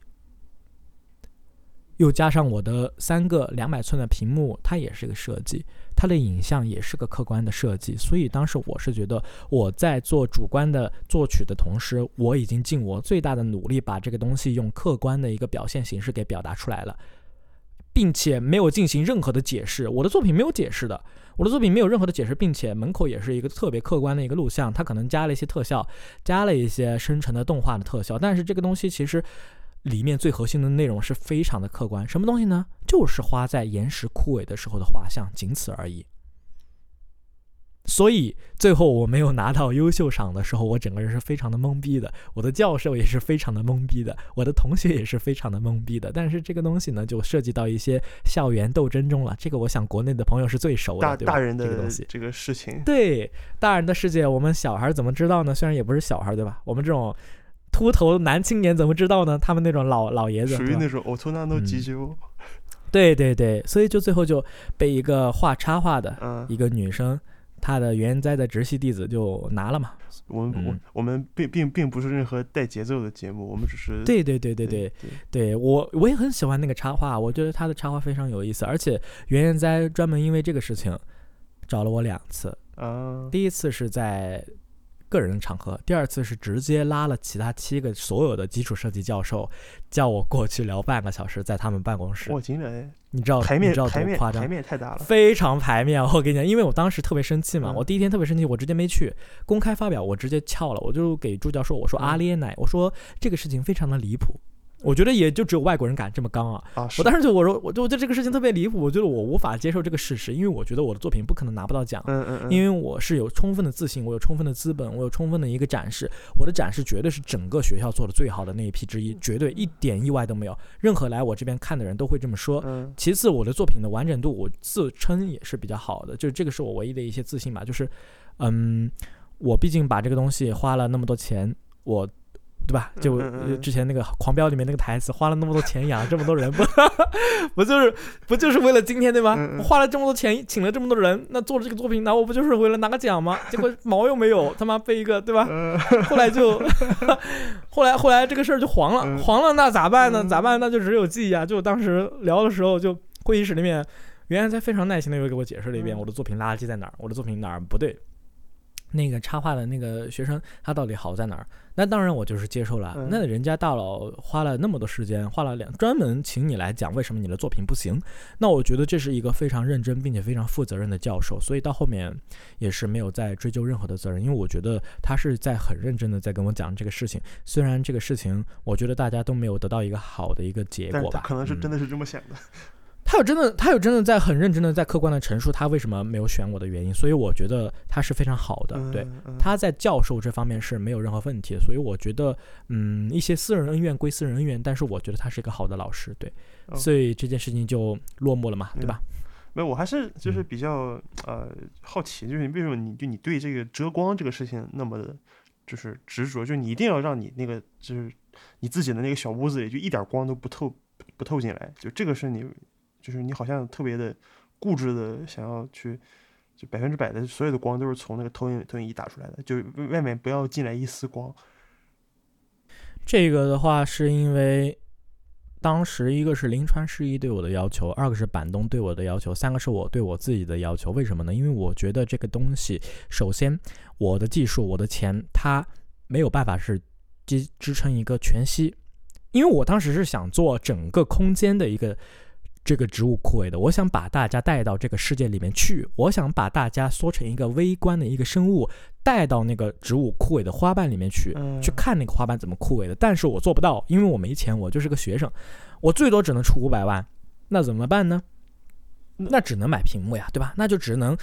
B: 又加上我的3个200寸的屏幕，它也是一个设计，它的影像也是个客观的设计。所以当时我是觉得我在做主观的作曲的同时，我已经尽我最大的努力把这个东西用客观的一个表现形式给表达出来了，并且没有进行任何的解释。我的作品没有解释的，我的作品没有任何的解释，并且门口也是一个特别客观的一个录像，它可能加了一些特效，加了一些生成的动画的特效，但是这个东西其实里面最核心的内容是非常的客观。什么东西呢？就是花在岩石枯萎的时候的画像，仅此而已。所以最后我没有拿到优秀赏的时候，我整个人是非常的懵逼的，我的教授也是非常的懵逼的，我的同学也是非常的懵逼的。但是这个东西呢，就涉及到一些校园斗争中了，这个我想国内的朋友是最熟的，对吧？
A: 大人的
B: 这个东西，
A: 这个事情，
B: 对，大人的世界我们小孩怎么知道呢？虽然也不是小孩，对吧？我们这种秃头男青年怎么知道呢？他们那种老爷子
A: 属于那种大人の事情。
B: 对对对，所以就最后就被一个画插画的一个女生，她的原哉的直系弟子就拿了嘛。
A: 我们并不是任何带节奏的节目，我们只是
B: 对，我也很喜欢那个插画，我觉得他的插画非常有意思，而且原哉专门因为这个事情找了我2次第一次是在个人场合，第2次是直接拉了其他7个所有的基础设计教授，叫我过去聊半个小时，在他们办公室。
A: 我竟然，
B: 你知道
A: 台面
B: 多夸张？
A: 台面太大了，
B: 非常排面。我跟你讲，因为我当时特别生气嘛，我第一天特别生气，我直接没去公开发表，我直接翘了，我就给助教说，我说阿列乃，我说这个事情非常的离谱。我觉得也就只有外国人敢这么刚啊！我当时就我说，我觉得这个事情特别离谱，我觉得我无法接受这个事实，因为我觉得我的作品不可能拿不到奖，因为我是有充分的自信，我有充分的资本，我有充分的一个展示，我的展示绝对是整个学校做的最好的那一批之一，绝对一点意外都没有，任何来我这边看的人都会这么说。其次，我的作品的完整度，我自称也是比较好的，就是这个是我唯一的一些自信吧，就是我毕竟把这个东西花了那么多钱，我。对吧？就之前那个《狂飙》里面那个台词，花了那么多钱养了这么多人，不就是为了今天对吗？我花了这么多钱请了这么多人，那做了这个作品，那我不就是为了拿个奖吗？结果毛又没有，他妈被一个对吧？后来就后来这个事儿就黄了，那咋办呢？那就只有记忆啊！就当时聊的时候，就会议室里面，原来在非常耐心的又给我解释了一遍我的作品垃圾在哪儿，我的作品哪儿不对。那个插画的那个学生他到底好在哪儿？那当然我就是接受了。那人家大佬花了那么多时间，花了专门请你来讲为什么你的作品不行。那我觉得这是一个非常认真并且非常负责任的教授，所以到后面也是没有再追究任何的责任，因为我觉得他是在很认真的在跟我讲这个事情。虽然这个事情我觉得大家都没有得到一个好的一个结果吧，
A: 但可能是真的是这么想的。
B: 他有真的在很认真的在客观的陈述他为什么没有选我的原因，所以我觉得他是非常好的。对，他在教授这方面是没有任何问题的，所以我觉得一些私人恩怨归私人恩怨，但是我觉得他是一个好的老师。对，所以这件事情就落幕了嘛，对吧？
A: 没有，我还是就是比较好奇，就是为什么你对这个遮光这个事情那么的就是执着，就你一定要让你那个就是你自己的那个小屋子里就一点光都不透进来，就这个是你。就是你好像特别的固执的想要去，就100%的所有的光都是从那个投影仪打出来的，就外面不要进来一丝光。
B: 这个的话是因为当时一个是临川市一对我的要求，2个是板东对我的要求，3个是我对我自己的要求。为什么呢？因为我觉得这个东西，首先我的技术我的钱它没有办法是支撑一个全息，因为我当时是想做整个空间的一个这个植物枯萎的，我想把大家带到这个世界里面去，我想把大家缩成一个微观的一个生物，带到那个植物枯萎的花瓣里面去，去看那个花瓣怎么枯萎的。但是我做不到，因为我没钱，我就是个学生，我最多只能出500万。 那怎么办呢？那只能买屏幕呀，对吧？那就只能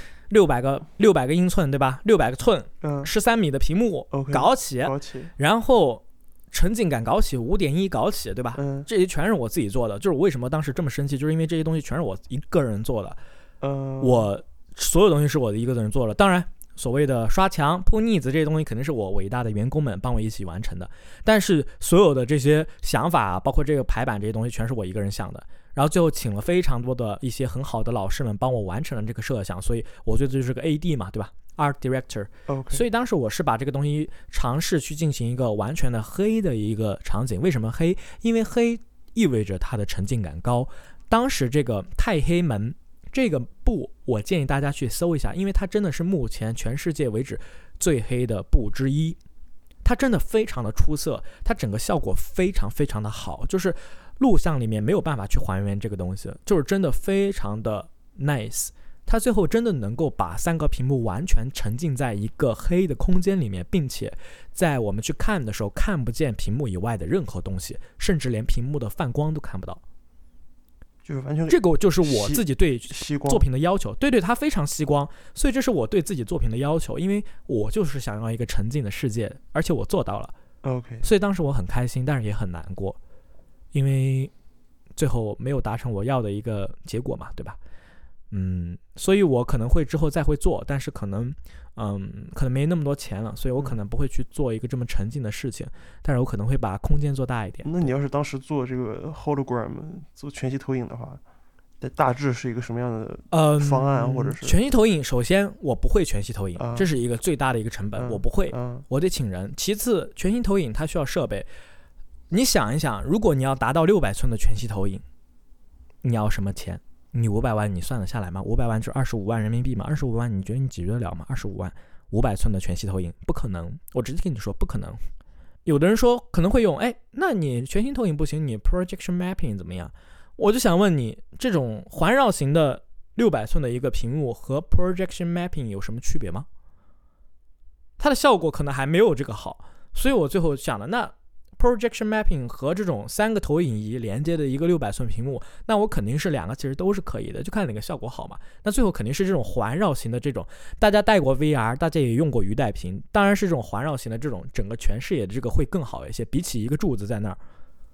B: 600个英寸，对吧？600个寸，13米的屏幕搞起，然后沉浸感搞起，5.1搞起，对吧？这些全是我自己做的。就是我为什么当时这么生气，就是因为这些东西全是我一个人做的。我所有东西是我的一个人做的。当然，所谓的刷墙、铺腻子这些东西，肯定是我伟大的员工们帮我一起完成的。但是所有的这些想法，包括这个排版这些东西，全是我一个人想的。然后最后请了非常多的一些很好的老师们帮我完成了这个设想，所以我觉得这就是个 AD 嘛，对吧？ Art Director。 所以当时我是把这个东西尝试去进行一个完全的黑的一个场景。为什么黑？因为黑意味着它的沉浸感高。当时这个太黑门这个布，我建议大家去搜一下，因为它真的是目前全世界为止最黑的布之一。它真的非常的出色，它整个效果非常非常的好，就是录像里面没有办法去还原这个东西，就是真的非常的 nice。 它最后真的能够把3个屏幕完全沉浸在一个黑的空间里面，并且在我们去看的时候看不见屏幕以外的任何东西，甚至连屏幕的泛光都看不到，
A: 就是完全
B: 这个就是我自己对作品的要求。对，它非常吸光，所以这是我对自己作品的要求，因为我就是想要一个沉浸的世界，而且我做到了。所以当时我很开心，但是也很难过，因为最后没有达成我要的一个结果嘛，对吧？所以我可能会之后再会做，但是可能没那么多钱了，所以我可能不会去做一个这么沉浸的事情，但是我可能会把空间做大一点。
A: 那你要是当时做这个 hologram 做全息投影的话，大致是一个什么样的方案？或者是
B: 全息投影，首先我不会全息投影，这是一个最大的一个成本，我不会，我得请人。其次，全息投影它需要设备，你想一想，如果你要达到600寸的全息投影，你要什么钱？你500万你算得下来吗？500万就是25万人民币嘛，25万你觉得你解决得了吗？25万500寸的全息投影不可能，我直接跟你说不可能。有的人说可能会用，那你全息投影不行，你 projection mapping 怎么样？我就想问你，这种环绕型的600寸的一个屏幕和 projection mapping 有什么区别吗？它的效果可能还没有这个好，所以我最后想了，那 projection mapping 和这种3个投影仪连接的一个600寸屏幕，那我肯定是2个其实都是可以的，就看哪个效果好嘛。那最后肯定是这种环绕型的这种，大家带过 VR， 大家也用过鱼带屏，当然是这种环绕型的这种整个全视野的这个会更好一些，比起一个柱子在那儿。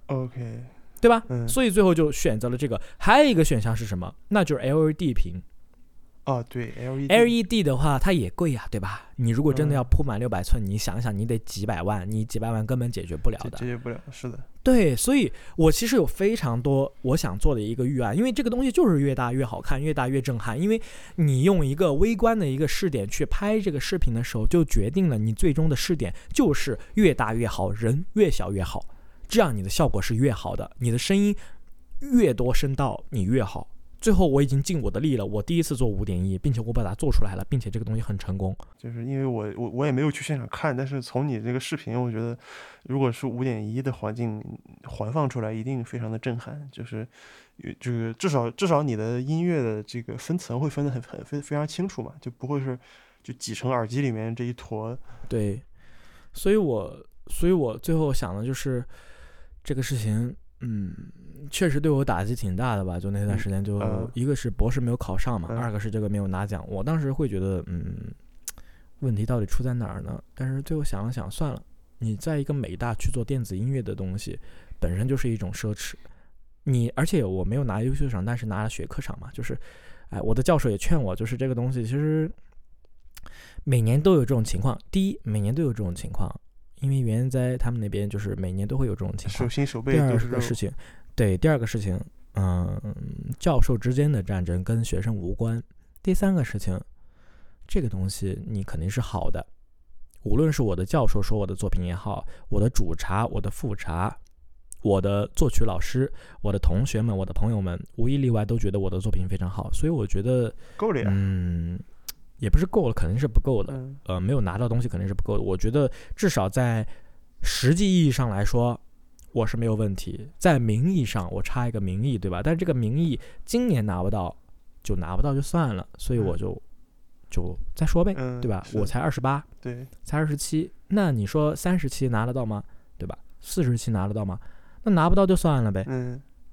A: OK，
B: 对吧？所以最后就选择了这个。还有一个选项是什么？那就是 LED 屏。
A: 对
B: LED 的话它也贵呀，对吧？你如果真的要铺满600寸，你想想你得几百万，你几百万根本解决不了的。
A: 解决不了，是的。
B: 对，所以我其实有非常多我想做的一个预案，因为这个东西就是越大越好看，越大越震撼。因为你用一个微观的一个视点去拍这个视频的时候，就决定了你最终的视点就是越大越好，人越小越好，这样你的效果是越好的，你的声音越多声道你越好。最后我已经尽我的力了，我第一次做5.1，并且我把它做出来了，并且这个东西很成功。
A: 就是因为我也没有去现场看，但是从你这个视频，我觉得如果是5.1的环境环放出来，一定非常的震撼。就是至少你的音乐的这个分层会分得非常清楚嘛，就不会是就挤成耳机里面这一坨。
B: 对，所以我最后想的就是这个事情。确实对我打击挺大的吧，就那段时间就一个是博士没有考上嘛，二个是这个没有拿奖。我当时会觉得问题到底出在哪儿呢？但是最后想了想，算了，你在一个美大去做电子音乐的东西本身就是一种奢侈。而且我没有拿优秀赏，但是拿了学科赏嘛，就是我的教授也劝我，就是这个东西其实每年都有这种情况。第一，每年都有这种情况，因为原在他们那边就是每年都会有这种情况，
A: 手心手背
B: 第二个事情，对，第二个事情，教授之间的战争跟学生无关。第三个事情，这个东西你肯定是好的，无论是我的教授说我的作品也好，我的主查、我的副查、我的作曲老师、我的同学们、我的朋友们，无一例外都觉得我的作品非常好，所以我觉得
A: 够了呀。
B: 也不是够了，肯定是不够的。没有拿到东西肯定是不够的。我觉得至少在实际意义上来说，我是没有问题。在名义上，我差一个名义，对吧？但是这个名义今年拿不到，就拿不到就算了。所以我就再说呗，对吧？我才28，
A: 对，
B: 才27。那你说30期拿得到吗？对吧？40期拿得到吗？那拿不到就算了呗。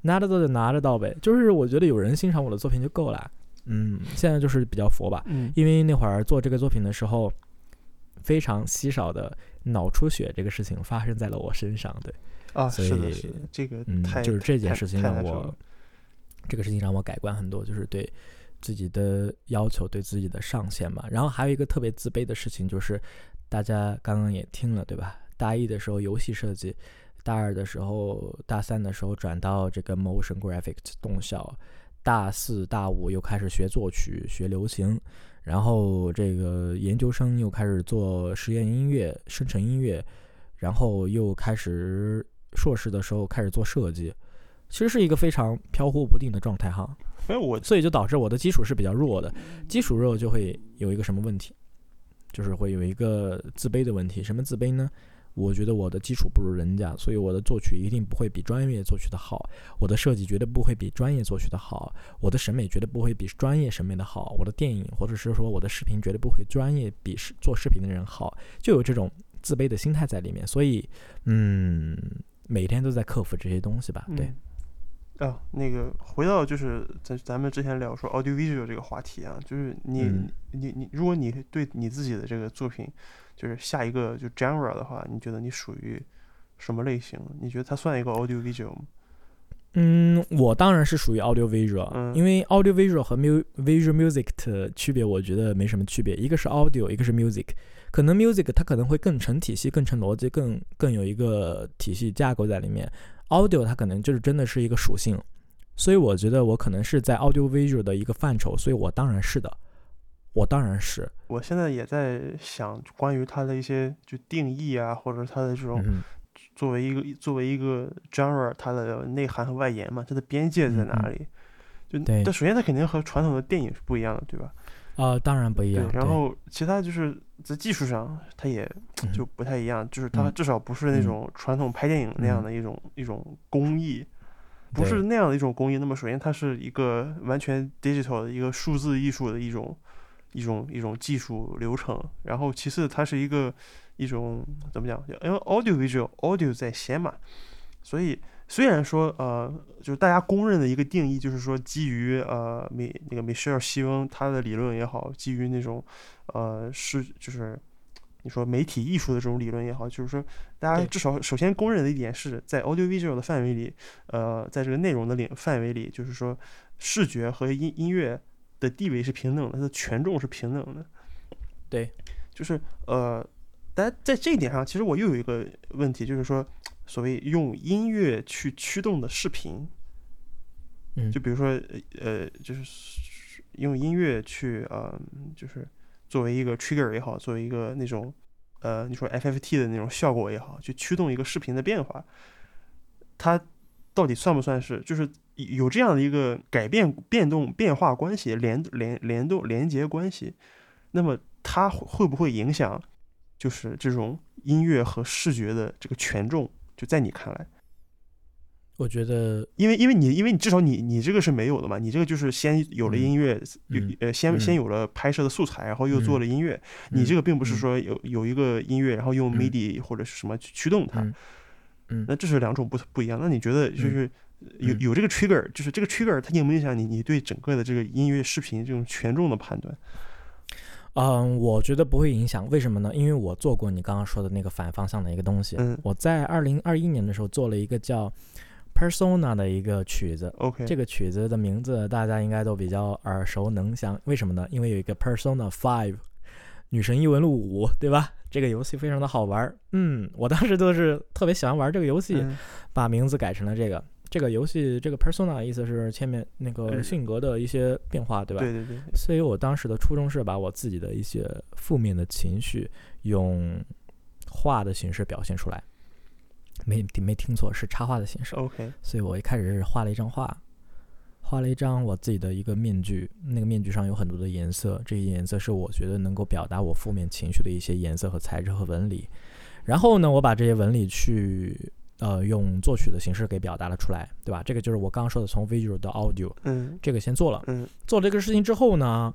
B: 拿得到就拿得到呗，就是我觉得有人欣赏我的作品就够了。现在就是比较佛吧，因为那会儿做这个作品的时候，非常稀少的脑出血这个事情发生在了我身上，对
A: 啊，
B: 所以
A: 是的，是的，这个
B: 就是这件事情让我
A: 太难受了
B: 这个事情让我改观很多，就是对自己的要求，对自己的上限嘛。然后还有一个特别自卑的事情，就是大家刚刚也听了对吧？大一的时候游戏设计，大二的时候、大三的时候转到这个 motion graphics 动效，大四、大五又开始学作曲、学流行，然后这个研究生又开始做实验音乐、生成音乐，然后又开始硕士的时候开始做设计。其实是一个非常飘忽不定的状态哈，所以就导致我的基础是比较弱的，基础弱就会有一个什么问题，就是会有一个自卑的问题。什么自卑呢？我觉得我的基础不如人家，所以我的作曲一定不会比专业作曲的好，我的设计绝对不会比专业作曲的好，我的审美绝对不会比专业审美的好，我的电影或者是说我的视频绝对不会专业比做视频的人好，就有这种自卑的心态在里面。所以每天都在克服这些东西吧。对
A: 那个回到就是咱们之前聊说 audiovisual 这个话题啊，就是你如果你对你自己的这个作品就是下一个就 genre 的话，你觉得你属于什么类型？你觉得它算一个 audiovisual 吗？
B: 我当然是属于 audiovisual，因为 audiovisual 和 visual music 的区别我觉得没什么区别，一个是 audio， 一个是 music。可能 music 它可能会更成体系、更成逻辑、更有一个体系架构在里面。audio 它可能就是真的是一个属性，所以我觉得我可能是在 audio visual 的一个范畴，所以我当然是的，我当然是。
A: 我现在也在想关于它的一些就定义啊，或者它的这种作为一个 genre 它的内涵和外延嘛，它的边界在哪里？但首先它肯定和传统的电影是不一样的，对吧？
B: 当然不一样。
A: 然后其他就是在技术上它也就不太一样，就是它至少不是那种传统拍电影那样的一种工艺，不是那样的一种工艺。那么首先它是一个完全 digital 的一个数字艺术的一种技术流程，然后其次它是一种怎么讲？因为 audio 在先嘛，所以虽然说就是大家公认的一个定义，就是说基于那个米歇尔·西翁他的理论也好，基于那种就是你说媒体艺术的这种理论也好，就是说大家至少首先公认的一点是在 audiovisual 的范围里，在这个内容的范围里，就是说视觉和音乐的地位是平等的，它的权重是平等的。
B: 对，
A: 就是但在这一点上，其实我又有一个问题，就是说所谓用音乐去驱动的视频，就比如说就是用音乐去就是作为一个 trigger 也好，作为一个那种你说 FFT 的那种效果也好，去驱动一个视频的变化，它到底算不算是就是有这样的一个变化关系，连接关系？那么它会不会影响就是这种音乐和视觉的这个权重？就在你看来？
B: 我觉得，
A: 因为你至少你这个是没有的嘛，你这个就是先有了音乐，先有了拍摄的素材，然后又做了音乐。你这个并不是说有一个音乐，然后用 MIDI 或者是什么去驱动它。那这是两种不一样。那你觉得就是有这个 trigger，就是这个 trigger 它影不影响你对整个的这个音乐视频这种权重的判断？
B: 我觉得不会影响。为什么呢？因为我做过你刚刚说的那个反方向的一个东西。我在2021年的时候做了一个叫 Persona 的一个曲子。这个曲子的名字大家应该都比较耳熟能详。为什么呢？因为有一个 Persona 5女神异闻录5，对吧？这个游戏非常的好玩。我当时就是特别喜欢玩这个游戏，把名字改成了这个。这个游戏这个 persona 意思是前面那个性格的一些变化，对吧？
A: 对。
B: 所以我当时的初衷是把我自己的一些负面的情绪用画的形式表现出来，没听错，是插画的形式。所以我一开始是画了一张我自己的一个面具，那个面具上有很多的颜色，这些颜色是我觉得能够表达我负面情绪的一些颜色和材质和纹理。然后呢，我把这些纹理去用作曲的形式给表达了出来，对吧？这个就是我刚刚说的从 visual 到 audio，这个先做了。做了这个事情之后呢，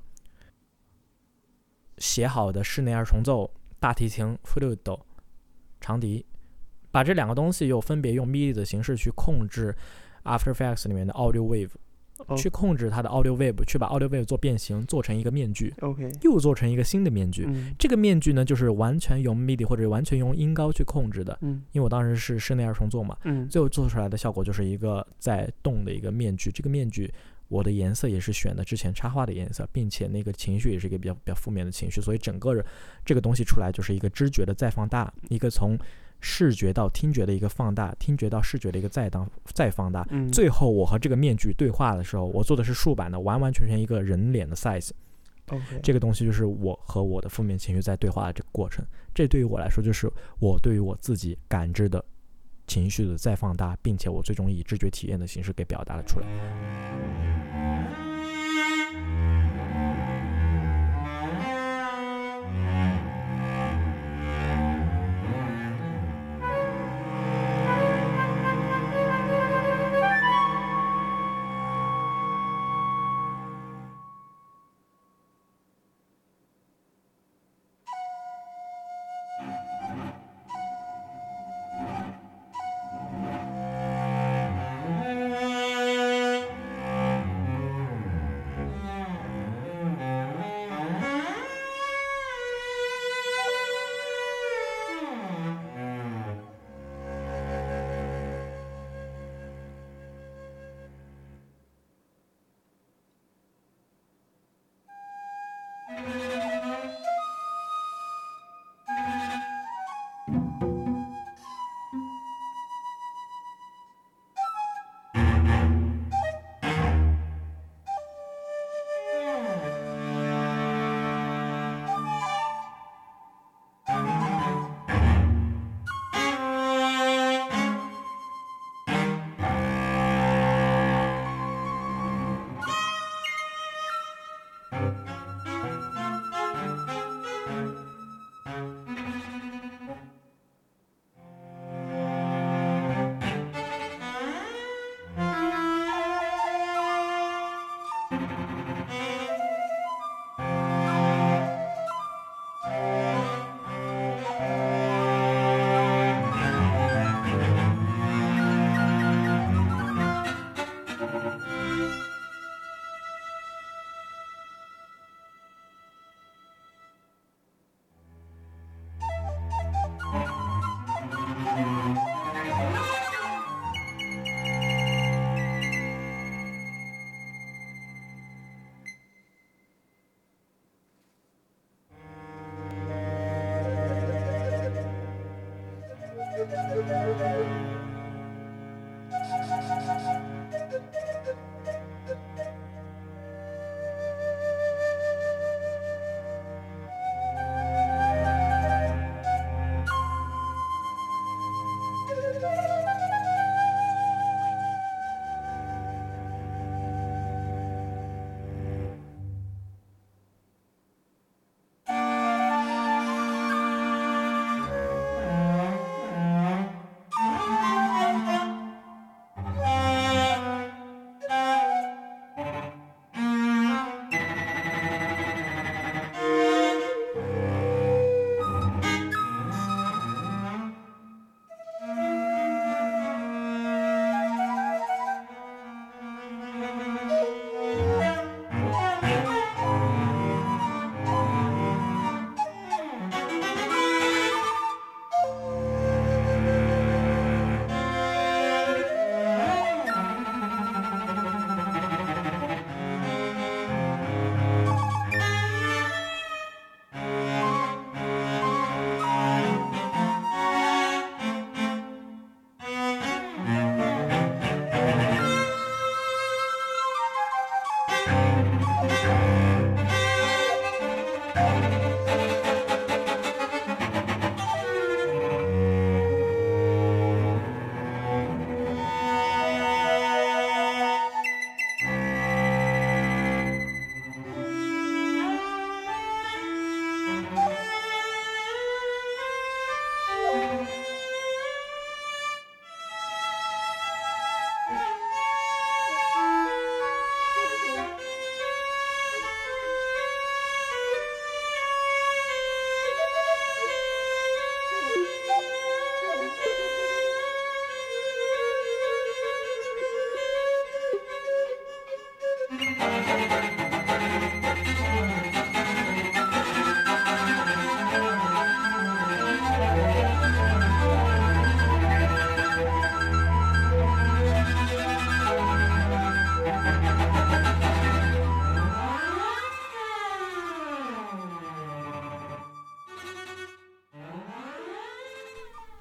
B: 写好的室内二重奏、大提琴、flute、长笛，把这两个东西又分别用 MIDI 的形式去控制 After Effects 里面的 Audio Wave，
A: 哦
B: 去控制它的 Audio Wave， 去把 Audio Wave 做变形，做成一个面具，
A: OK，
B: 又做成一个新的面具。这个面具呢，就是完全用 MIDI 或者完全用音高去控制的。因为我当时是室内二重奏嘛，最后做出来的效果就是一个在动的一个面具。这个面具我的颜色也是选的之前插画的颜色，并且那个情绪也是一个比较负面的情绪，所以整个这个东西出来就是一个知觉的再放大，一个从视觉到听觉的一个放大，听觉到视觉的一个再放大。最后我和这个面具对话的时候，我做的是竖版的，完完全全一个人脸的 size。这个东西就是我和我的负面情绪在对话的这个过程，这对于我来说就是我对于我自己感知的情绪的再放大，并且我最终以知觉体验的形式给表达了出来。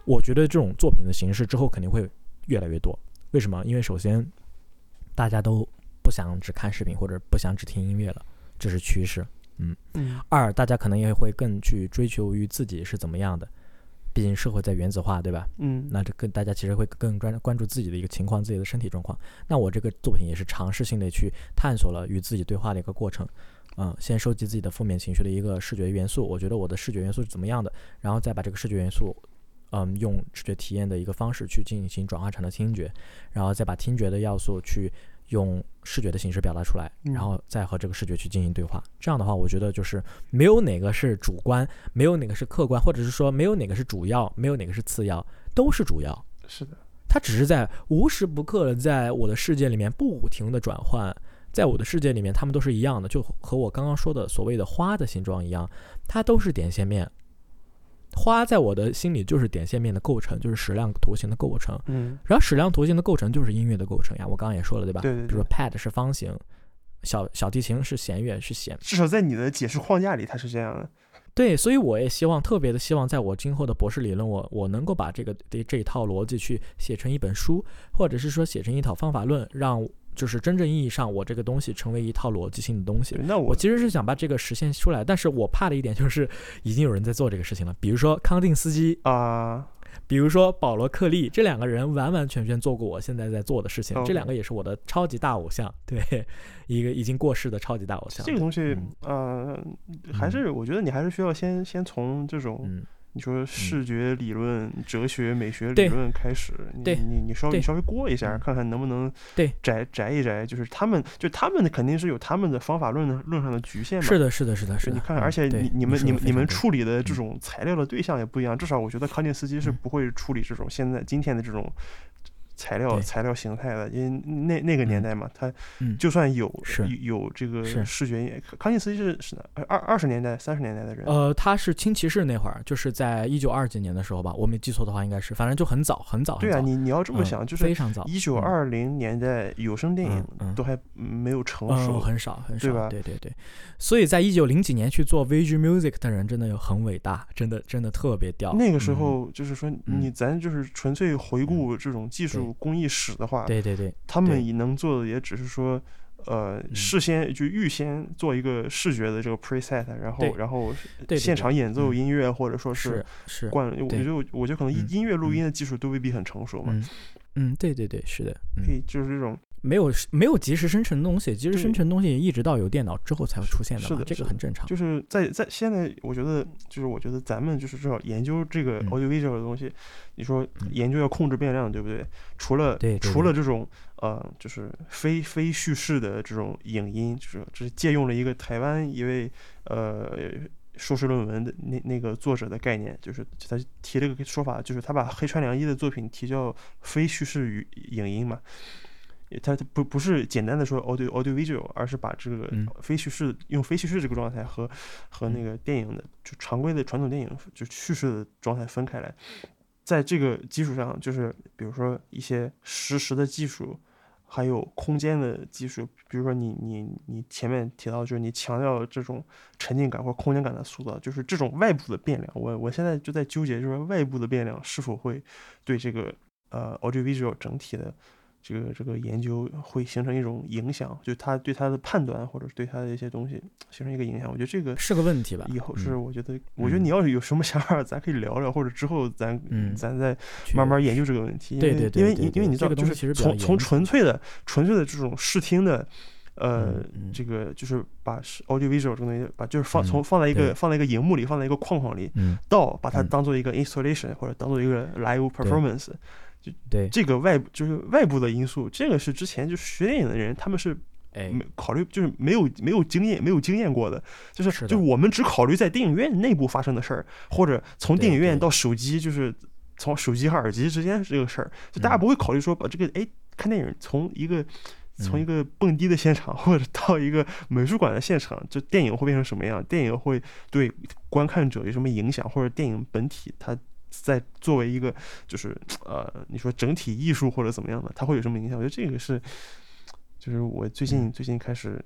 B: 我觉得这种作品的形式之后肯定会越来越多。为什么？因为首先大家都不想只看视频或者不想只听音乐了，这是趋势。二，大家可能也会更去追求于自己是怎么样的，毕竟社会在原子化，对吧？那这大家其实会更关注自己的一个情况，自己的身体状况。那我这个作品也是尝试性的去探索了与自己对话的一个过程。先收集自己的负面情绪的一个视觉元素，我觉得我的视觉元素是怎么样的，然后再把这个视觉元素用视觉体验的一个方式去进行转化成了听觉，然后再把听觉的要素去用视觉的形式表达出来，然后再和这个视觉去进行对话。这样的话，我觉得就是没有哪个是主观，没有哪个是客观，或者是说没有哪个是主要，没有哪个是次要，都是主要。
A: 是的，
B: 它只是在无时不刻的在我的世界里面不停的转换。在我的世界里面，它们都是一样的，就和我刚刚说的所谓的花的形状一样，它都是点线面。花在我的心里就是点线面的构成，就是矢量图形的构成。然后矢量图形的构成就是音乐的构成呀，我刚刚也说了，对吧？
A: 对对对。
B: 比如说 pad 是方形，小提琴是弦乐是弦，
A: 至少在你的解释框架里，它是这样的。
B: 对，所以我也特别的希望，在我今后的博士理论，我能够把这一套逻辑去写成一本书，或者是说写成一套方法论，让就是真正意义上我这个东西成为一套逻辑性的东西。
A: 那
B: 我其实是想把这个实现出来，但是我怕的一点就是已经有人在做这个事情了，比如说康定斯基比如说保罗克利，这两个人完完全全做过我现在在做的事情。这两个也是我的超级大偶像，对，一个已经过世的超级大偶像。
A: 这个东西还是我觉得你还是需要先从这种你说视觉理论、哲学、美学理论开始，你稍微过一下，看看能不能摘一摘。就是他们肯定是有他们的方法论上的局限嘛。
B: 是的。
A: 你看看，而且你们处理的这种材料的对象也不一样。至少我觉得康定斯基是不会处理这种今天的这种材料形态的，因为那个年代嘛，他就算有这个视觉，康定斯基是20年代30年代的人。
B: 他是轻骑士那会儿，就是在1920几年的时候吧，我没记错的话应该是，反正就很早。对
A: 啊，你要这么想，就是
B: 非常早。
A: 1920年代有声电影都还没有成熟，
B: 很少，
A: 对吧？
B: 对。所以在1900几年去做 visual music 的人真的很伟大，真的特别屌。
A: 那个时候就是说咱就是纯粹回顾这种技术工艺史的话，
B: 对，
A: 他们能做的也只是说事先就预先做一个视觉的这个 preset， 然后现场演奏音乐，或者说是我觉得可能音乐录音的技术都未必很成熟嘛。
B: 对，是的。
A: 可以就是这种
B: 没有即时生成的东西，即时生成的东西一直到有电脑之后才会出现的嘛。
A: 是的，
B: 这个很正常。
A: 就是在现在，我觉得咱们就是至少研究这个 audiovisual 的东西，你说研究要控制变量，对不对？除了这种就是非叙事的这种影音，就是借用了一个台湾一位硕士论文的那个作者的概念，就是他提了个说法，就是他把黑川良一的作品提叫非叙事影音嘛。他不是简单的说 audio visual， 而是把这个非叙事用非叙事这个状态和那个电影的就常规的传统电影就叙事的状态分开来，在这个基础上，就是比如说一些实时的技术，还有空间的技术，比如说你前面提到，就是你强调这种沉浸感或空间感的塑造，就是这种外部的变量。我现在就在纠结，就是外部的变量是否会对这个audiovisual 整体的这个研究会形成一种影响，就他对他的判断或者对他的一些东西形成一个影响。我觉得这个
B: 是个问题吧。
A: 以后是我觉得你要是有什么想法，咱可以聊聊，或者之后咱再慢慢研究这个问题。
B: 对，
A: 因为你知道，就是从纯粹的这种视听的。这个就是把 audiovisual 这个东西，就是放在一个荧幕里，放在一个框框里，到把它当做一个 installation 或者当做一个 live performance。
B: 对，
A: 这个就是外部的因素，这个是之前就是学电影的人他们是考虑，就是没有经验过的，就我们只考虑在电影院内部发生的事儿，或者从电影院到手机，就是从手机和耳机之间这个事儿，就大家不会考虑说把这个看电影从一个蹦迪的现场，或者到一个美术馆的现场，就电影会变成什么样？电影会对观看者有什么影响？或者电影本体它在作为一个就是你说整体艺术或者怎么样的，它会有什么影响？我觉得这个是，就是我最近开始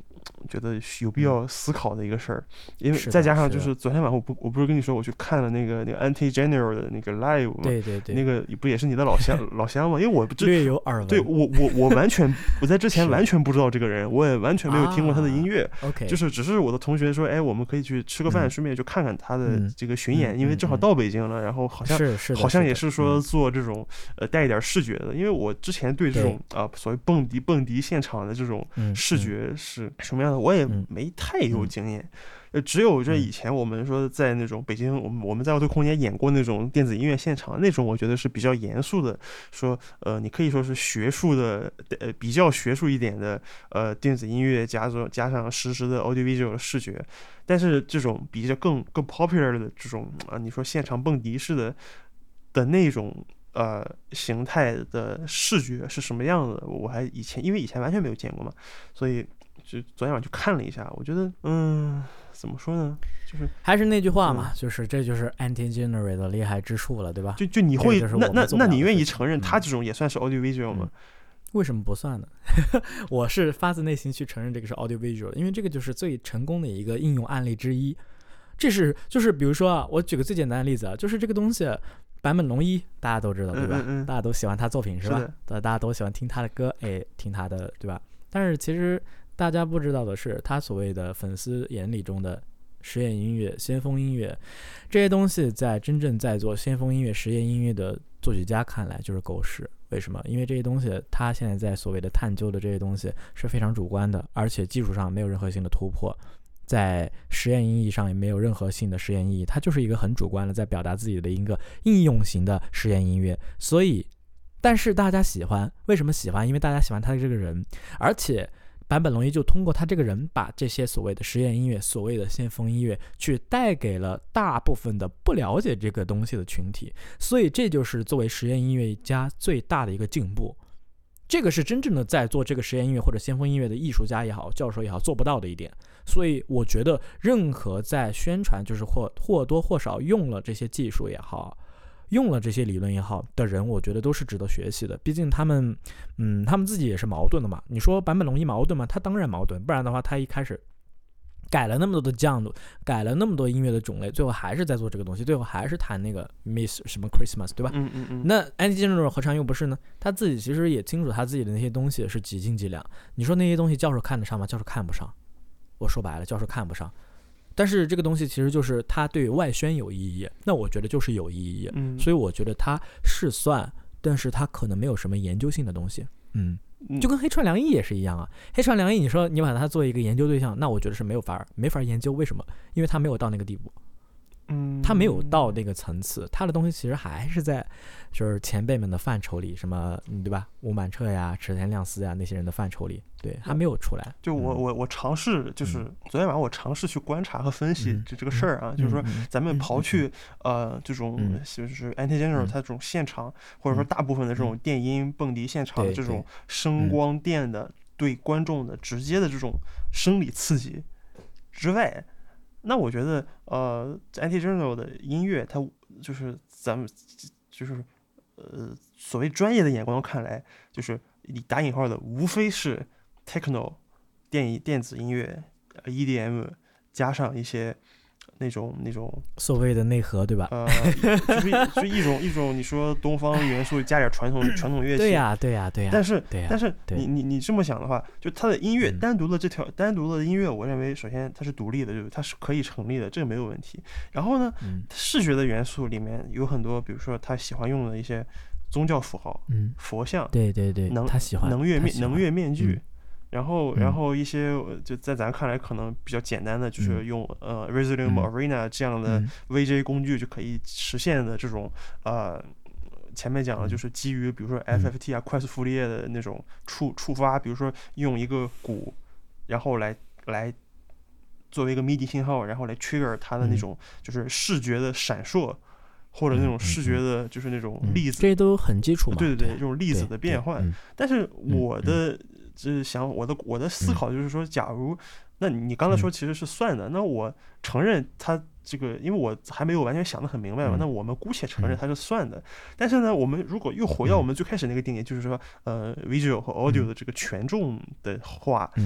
A: 觉得有必要思考的一个事儿，因为
B: 是的
A: 再加上
B: 是的
A: 就是昨天晚上我不是跟你说我去看了那个 Anti General 的那个 live 嘛，
B: 对对对，
A: 那个不也是你的老乡嘛？因为我不
B: 略有耳闻。
A: 对我完全我在之前
B: 是
A: 完全不知道这个人，我也完全没有听过他的音乐。
B: OK，
A: 就是只是我的同学说，哎，我们可以去吃个饭，顺便去看看他的这个巡演，因为正好到北京了，然后好像也是说做这种带一点视觉的，因为我之前对这种所谓蹦迪现场的这种视觉是什么样的，我也没太有经验。只有这以前我们说在那种北京，我们在奥特空间演过那种电子音乐现场，那种我觉得是比较严肃的，说你可以说是学术的，比较学术一点的电子音乐加上实时的 audiovisual 的视觉。但是这种比较更 popular 的这种你说现场蹦迪式的那种形态的视觉是什么样子的，我还因为以前完全没有见过嘛，所以就昨天晚上去看了一下，我觉得怎么说呢，就是
B: 还是那句话嘛，就是这就是 Anti-General 的厉害之处了，对吧？
A: 就你会那你愿意承认他这种也算是 audiovisual 吗？
B: 为什么不算呢？我是发自内心去承认这个是 audiovisual， 因为这个就是最成功的一个应用案例之一。就是比如说啊，我举个最简单的例子啊，就是这个东西，坂本龙一大家都知道对吧？大家都喜欢他作品是吧？大家都喜欢听他的歌，听他的对吧？但是其实大家不知道的是，他所谓的粉丝眼里中的实验音乐、先锋音乐这些东西，在真正在做先锋音乐、实验音乐的作曲家看来就是狗屎。为什么？因为这些东西他现在在所谓的探究的这些东西是非常主观的，而且技术上没有任何性的突破，在实验意义上也没有任何性的实验意义，它就是一个很主观的在表达自己的一个应用型的实验音乐。所以但是大家喜欢，为什么喜欢？因为大家喜欢他这个人，而且坂本龙一就通过他这个人把这些所谓的实验音乐、所谓的先锋音乐去带给了大部分的不了解这个东西的群体，所以这就是作为实验音乐家最大的一个进步。这个是真正的在做这个实验音乐或者先锋音乐的艺术家也好、教授也好做不到的一点。所以我觉得任何在宣传就是或多或少用了这些技术也好，用了这些理论也好的人，我觉得都是值得学习的。毕竟他们自己也是矛盾的嘛。你说坂本龙一矛盾吗？他当然矛盾，不然的话他一开始改了那么多的降度，改了那么多音乐的种类，最后还是在做这个东西，最后还是弹那个 Miss 什么 Christmas， 对吧？那 Anti-General 何尝又不是呢？他自己其实也清楚他自己的那些东西是几斤几两。你说那些东西教授看得上吗？教授看不上。我说白了，教授看不上。但是这个东西其实就是它对外宣有意义，那我觉得就是有意义，所以我觉得它是算，但是它可能没有什么研究性的东西，就跟黑川良一也是一样啊。黑川良一，你说你把它作为一个研究对象，那我觉得是没法研究。为什么？因为它没有到那个地步，他没有到那个层次，他的东西其实还是在就是前辈们的范畴里，什么对吧？吴满彻呀、池田亮司呀那些人的范畴里，对，还没有出来。
A: 就我尝试，就是昨天晚上我尝试去观察和分析这个事儿啊，就是说咱们刨去这种就是 Anti-General 它这种现场，或者说大部分的这种电音蹦迪现场的这种声光电的对观众的直接的这种生理刺激之外。那我觉得Anti-General 的音乐，它就是咱们就是所谓专业的眼光看来，就是你打引号的，无非是 techno 电子音乐 EDM 加上一些那种
B: 所谓的内核，对吧？
A: 就是一种你说东方元素加点传统乐器，
B: 对呀。
A: 但是你这么想的话，就它的音乐单独的音乐，我认为首先它是独立的，就是它是可以成立的，这个没有问题。然后呢，视觉的元素里面有很多，比如说他喜欢用的一些宗教符号，佛像，
B: 对，他喜欢
A: 能乐面具。然后一些就在咱看来可能比较简单的，就是用Resilient Arena 这样的 VJ 工具就可以实现的这种前面讲的就是基于比如说 FFT 啊快速傅立叶的那种触发，比如说用一个鼓，然后来作为一个 MIDI 信号，然后来 trigger 它的那种就是视觉的闪烁，或者那种视觉的就是那种粒子，
B: 这些都很基础嘛。
A: 对，这种粒子的变换。但是我的我的思考就是说，假如那你刚才说其实是算的，那我承认它这个，因为我还没有完全想得很明白嘛，那我们姑且承认它是算的。但是呢，我们如果又回到我们最开始那个定义，就是说visual 和 audio 的这个权重的话，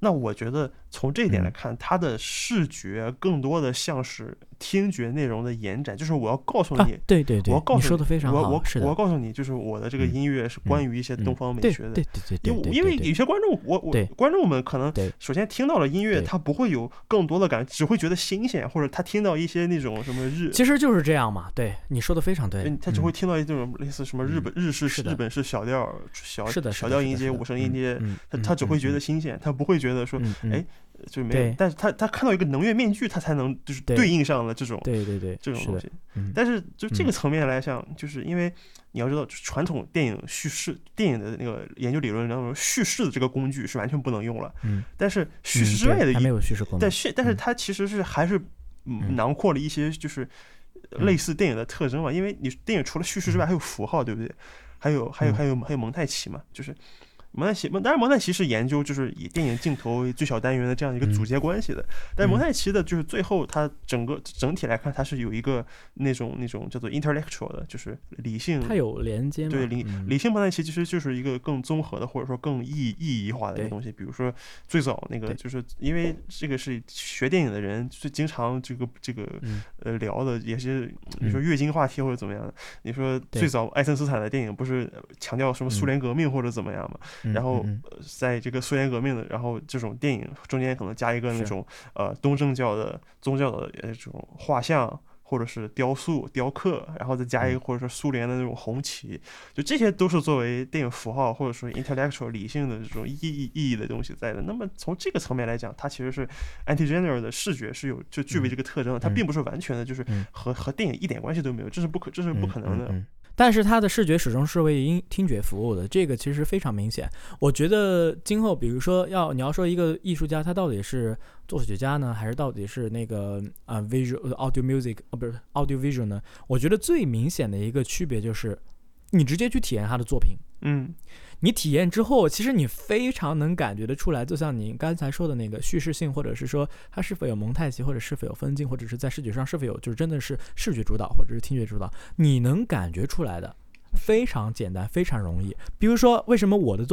A: 那我觉得从这一点来看，它的视觉更多的像是听觉内容的延展，就是我要告诉你，
B: 对对对，
A: 我要告诉
B: 你说的非常好，
A: 我要告诉你，就是我的这个音乐是关于一些东方美学的，
B: 对对对对，
A: 因为有些观众，观众们可能首先听到了音乐，他不会有更多的感，只会觉得新鲜，或者他听到一些那种什么
B: 其实就是这样嘛，对，你说的非常对，
A: 他只会听到一种类似什么日本式小调音阶、五声音阶，他只会觉得新鲜，他不会觉得说，哎。就没有，但是他看到一个能源面具，他才能就是对应上了这种
B: 对
A: 这种东西。但是就这个层面来讲，就是因为你要知道，传统电影叙事电影的那个研究理论当中，叙事的这个工具是完全不能用了。但是叙事之外的
B: 还没有叙事功能，
A: 但是它其实是还是囊括了一些就是类似电影的特征嘛。因为你电影除了叙事之外，还有符号，对不对？还有蒙太奇嘛，就是。当然蒙太奇是研究就是以电影镜头为最小单元的这样一个组接关系的，但是蒙太奇的就是最后它整体来看，它是有一个那种叫做 intellectual 的，就是理性，
B: 它有连接嘛？
A: 对，理性蒙太奇其实就是一个更综合的，或者说更意义化的一个东西。比如说最早那个，就是因为这个是学电影的人最经常这个聊的，也是你说月经话题或者怎么样的。你说最早爱森斯坦的电影不是强调什么苏联革命或者怎么样嘛？然后在这个苏联革命的，然后这种电影中间可能加一个那种东正教的宗教的这种画像或者是雕塑雕刻，然后再加一个或者说苏联的那种红旗，就这些都是作为电影符号或者说 intellectual 理性的这种意义的东西在的。那么从这个层面来讲，它其实是 anti-genre 的视觉是就具备这个特征的，它并不是完全的就是和电影一点关系都没有，这是不可能的。
B: 但是它的视觉始终是为听觉服务的，这个其实非常明显。我觉得今后比如说你要说一个艺术家他到底是作曲家呢，还是到底是那个visual audio music 不是 audio visual 呢？我觉得最明显的一个区别就是你直接去体验他的作品，你体验之后，其实你非常能感觉得出来，就像你刚才说的那个叙事性，或者是说它是否有蒙太奇，或者是否有分镜，或者是在视觉上是否有就是真的是视觉主导或者是听觉主导，你能感觉出来的，非常简单，非常容易。比如说为什么我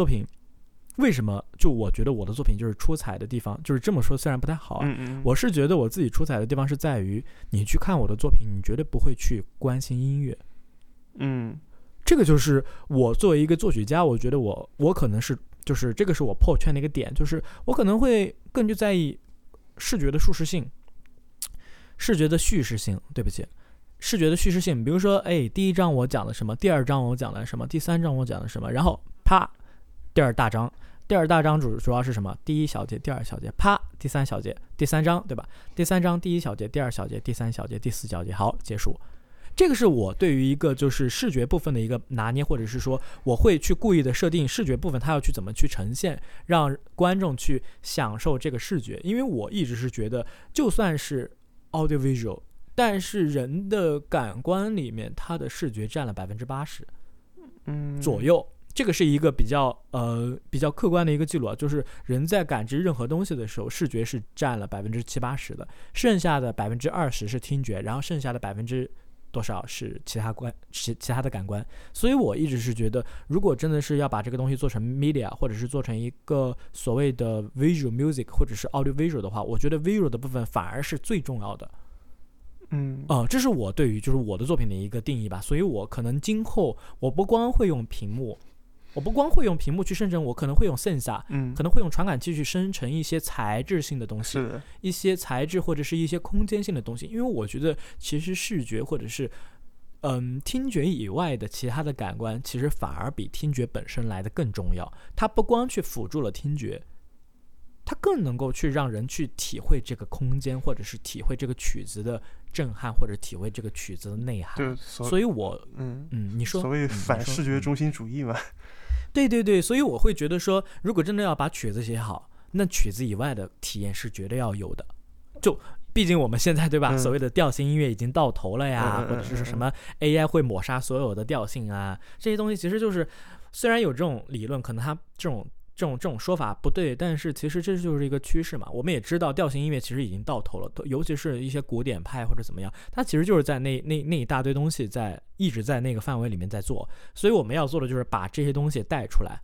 B: 觉得我的作品就是出彩的地方，就是这么说虽然不太好啊，我是觉得我自己出彩的地方是在于你去看我的作品，你绝对不会去关心音乐，这个就是我作为一个作曲家，我觉得我可能是就是这个是我破圈的一个点，就是我可能会更去在意视觉的叙事性，视觉的叙事性，比如说第一章我讲了什么，第二章我讲了什么，第三章我讲了什么，然后啪第二大章主要是什么，第一小节第二小节，啪第三小节第三章，对吧？第三章第一小节第二小节第三小节第四小节，好，结束。这个是我对于一个就是视觉部分的一个拿捏，或者是说我会去故意的设定视觉部分它要去怎么去呈现，让观众去享受这个视觉。因为我一直是觉得就算是 audio visual， 但是人的感官里面它的视觉占了 80% 左右，这个是一个比较客观的一个记录啊，就是人在感知任何东西的时候，视觉是占了70-80%的，剩下的20%是听觉，然后剩下的多少是其他的感官。所以我一直是觉得，如果真的是要把这个东西做成 media， 或者是做成一个所谓的 visual music 或者是 audio visual 的话，我觉得 visual 的部分反而是最重要的。这是我对于就是我的作品的一个定义吧。所以我可能今后我不光会用屏幕去生成，我可能会用Sensa，可能会用传感器去生成一些材质性的东西，一些材质或者是一些空间性的东西。因为我觉得其实视觉或者是听觉以外的其他的感官，其实反而比听觉本身来的更重要。它不光去辅助了听觉，它更能够去让人去体会这个空间，或者是体会这个曲子的震撼，或者体会这个曲子的内涵。所以我你说
A: 所谓反视觉中心主义嘛。
B: 对，所以我会觉得说，如果真的要把曲子写好，那曲子以外的体验是绝对要有的。就毕竟我们现在对吧，所谓的调性音乐已经到头了呀，或者是什么 AI 会抹杀所有的调性啊，这些东西其实就是虽然有这种理论，可能它这种说法不对，但是其实这就是一个趋势嘛。我们也知道调性音乐其实已经到头了，尤其是一些古典派或者怎么样，它其实就是在那一大堆东西一直在那个范围里面在做。所以我们要做的就是把这些东西带出来。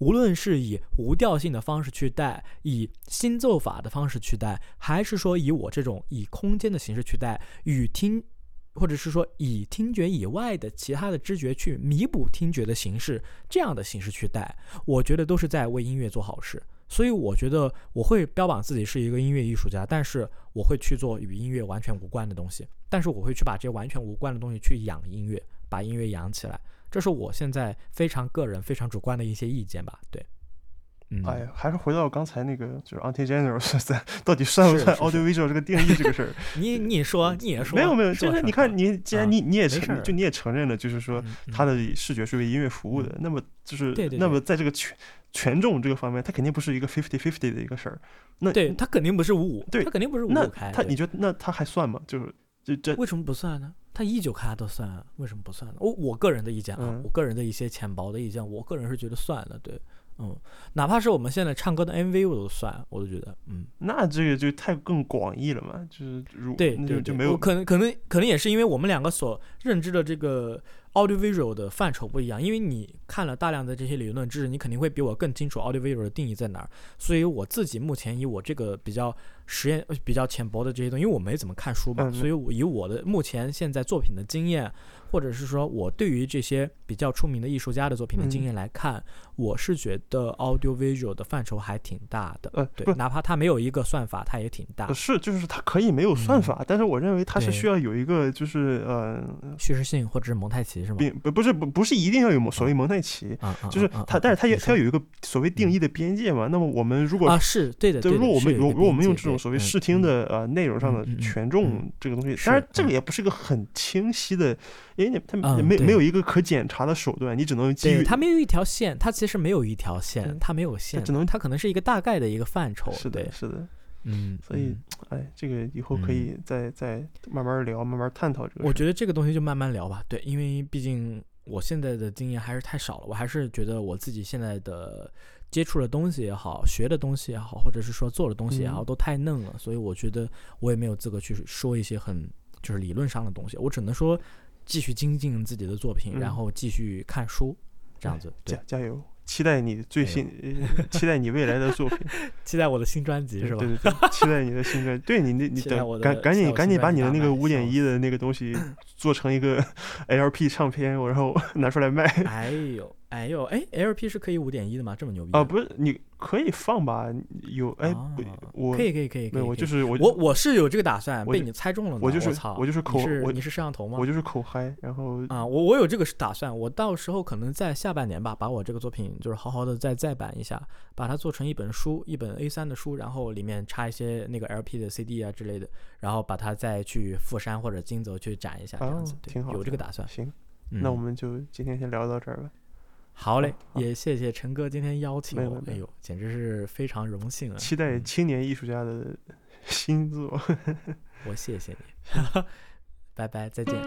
B: 无论是以无调性的方式去带，以新奏法的方式去带，还是说以我这种以空间的形式去带，或者是说以听觉以外的其他的知觉去弥补听觉的形式，这样的形式去带，我觉得都是在为音乐做好事。所以我觉得我会标榜自己是一个音乐艺术家，但是我会去做与音乐完全无关的东西，但是我会去把这些完全无关的东西去养音乐，把音乐养起来。这是我现在非常个人非常主观的一些意见吧。对，
A: 哎，还是回到刚才那个，就是 Anti-General 到底算不算 audiovisual 这个定义这个事儿？
B: 你说，
A: 没有，就是你看，既然你也承认了，就是说它的视觉是为音乐服务的，那么就是那么在这个权重这个方面，它肯定不是一个 50-50 的一个事儿。那
B: 对，它肯定不是55，
A: 对，
B: 它肯定不是55开。
A: 你觉得那它还算吗？就是这
B: 为什么不算呢？它19开都算啊，为什么不算呢？我个人的意见啊，我个人的一些浅薄的意见，我个人是觉得算的，对。哪怕是我们现在唱歌的 MV 我都算，我都觉得，
A: 那这个就太更广义了嘛，就是
B: 对，
A: 就没有
B: 可能也是因为我们两个所认知的这个 audiovisual 的范畴不一样，因为你看了大量的这些理论知识，你肯定会比我更清楚 audiovisual 的定义在哪儿，所以我自己目前以我这个比较实验比较浅薄的这些东西，因为我没怎么看书嘛，所以我以我的目前现在作品的经验，或者是说我对于这些比较出名的艺术家的作品的经验来看，我是觉得 audiovisual 的范畴还挺大的。对，哪怕它没有一个算法，它也挺大。
A: 就是它可以没有算法，但是我认为它是需要有一个就是
B: 叙事性或者是蒙太奇是吗？
A: 不是一定要有所谓蒙太奇，就是它，但是它要有一个所谓定义的边界嘛。那么我们如果
B: 是对的，
A: 如果我们用这种所谓视听的内容上的权重这个东西，当然这个也不是一个很清晰的，因为它没有一个可检查的手段，你只能基于
B: 它没有一条线，它其实没有一条线，它没有线，它可能是一个大概的一个范畴。
A: 是的，所以这个以后可以再慢慢聊，慢慢探讨这个。
B: 我觉得这个东西就慢慢聊吧，对，因为毕竟我现在的经验还是太少了，我还是觉得我自己现在的接触的东西也好，学的东西也好，或者是说做的东西也好，都太嫩了，所以我觉得我也没有资格去说一些很就是理论上的东西，我只能说继续精进自己的作品，然后继续看书，这样子。对，
A: 加油！期待你期待你未来的作品，
B: 期待我的新专辑是吧？
A: 对，期待你的新专辑。对你等赶紧把你的那个5.1的那个东西做成一个 LP 唱片，然后拿出来卖。
B: 哎呦，LP 是可以5.1的吗？这么牛逼
A: 啊？不是，你可以放吧？有我
B: 可以。
A: 没有，
B: 我是有这个打算，被你猜中了呢。
A: 我就是
B: 你是摄像头吗？
A: 我就是口嗨，然后
B: 我有这个打算，我到时候可能在下半年吧，把我这个作品就是好好的再版一下，把它做成一本书，一本 A3 的书，然后里面插一些那个 LP 的 CD 啊之类的，然后把它再去富山或者金泽去展一下，这样子，
A: 挺好，
B: 有这个打算。
A: 行，那我们就今天先聊到这儿吧。
B: 好嘞，也谢谢陈哥今天邀请我，哎呦，简直是非常荣幸啊！
A: 期待青年艺术家的新作。
B: 我谢谢你，拜拜，再见。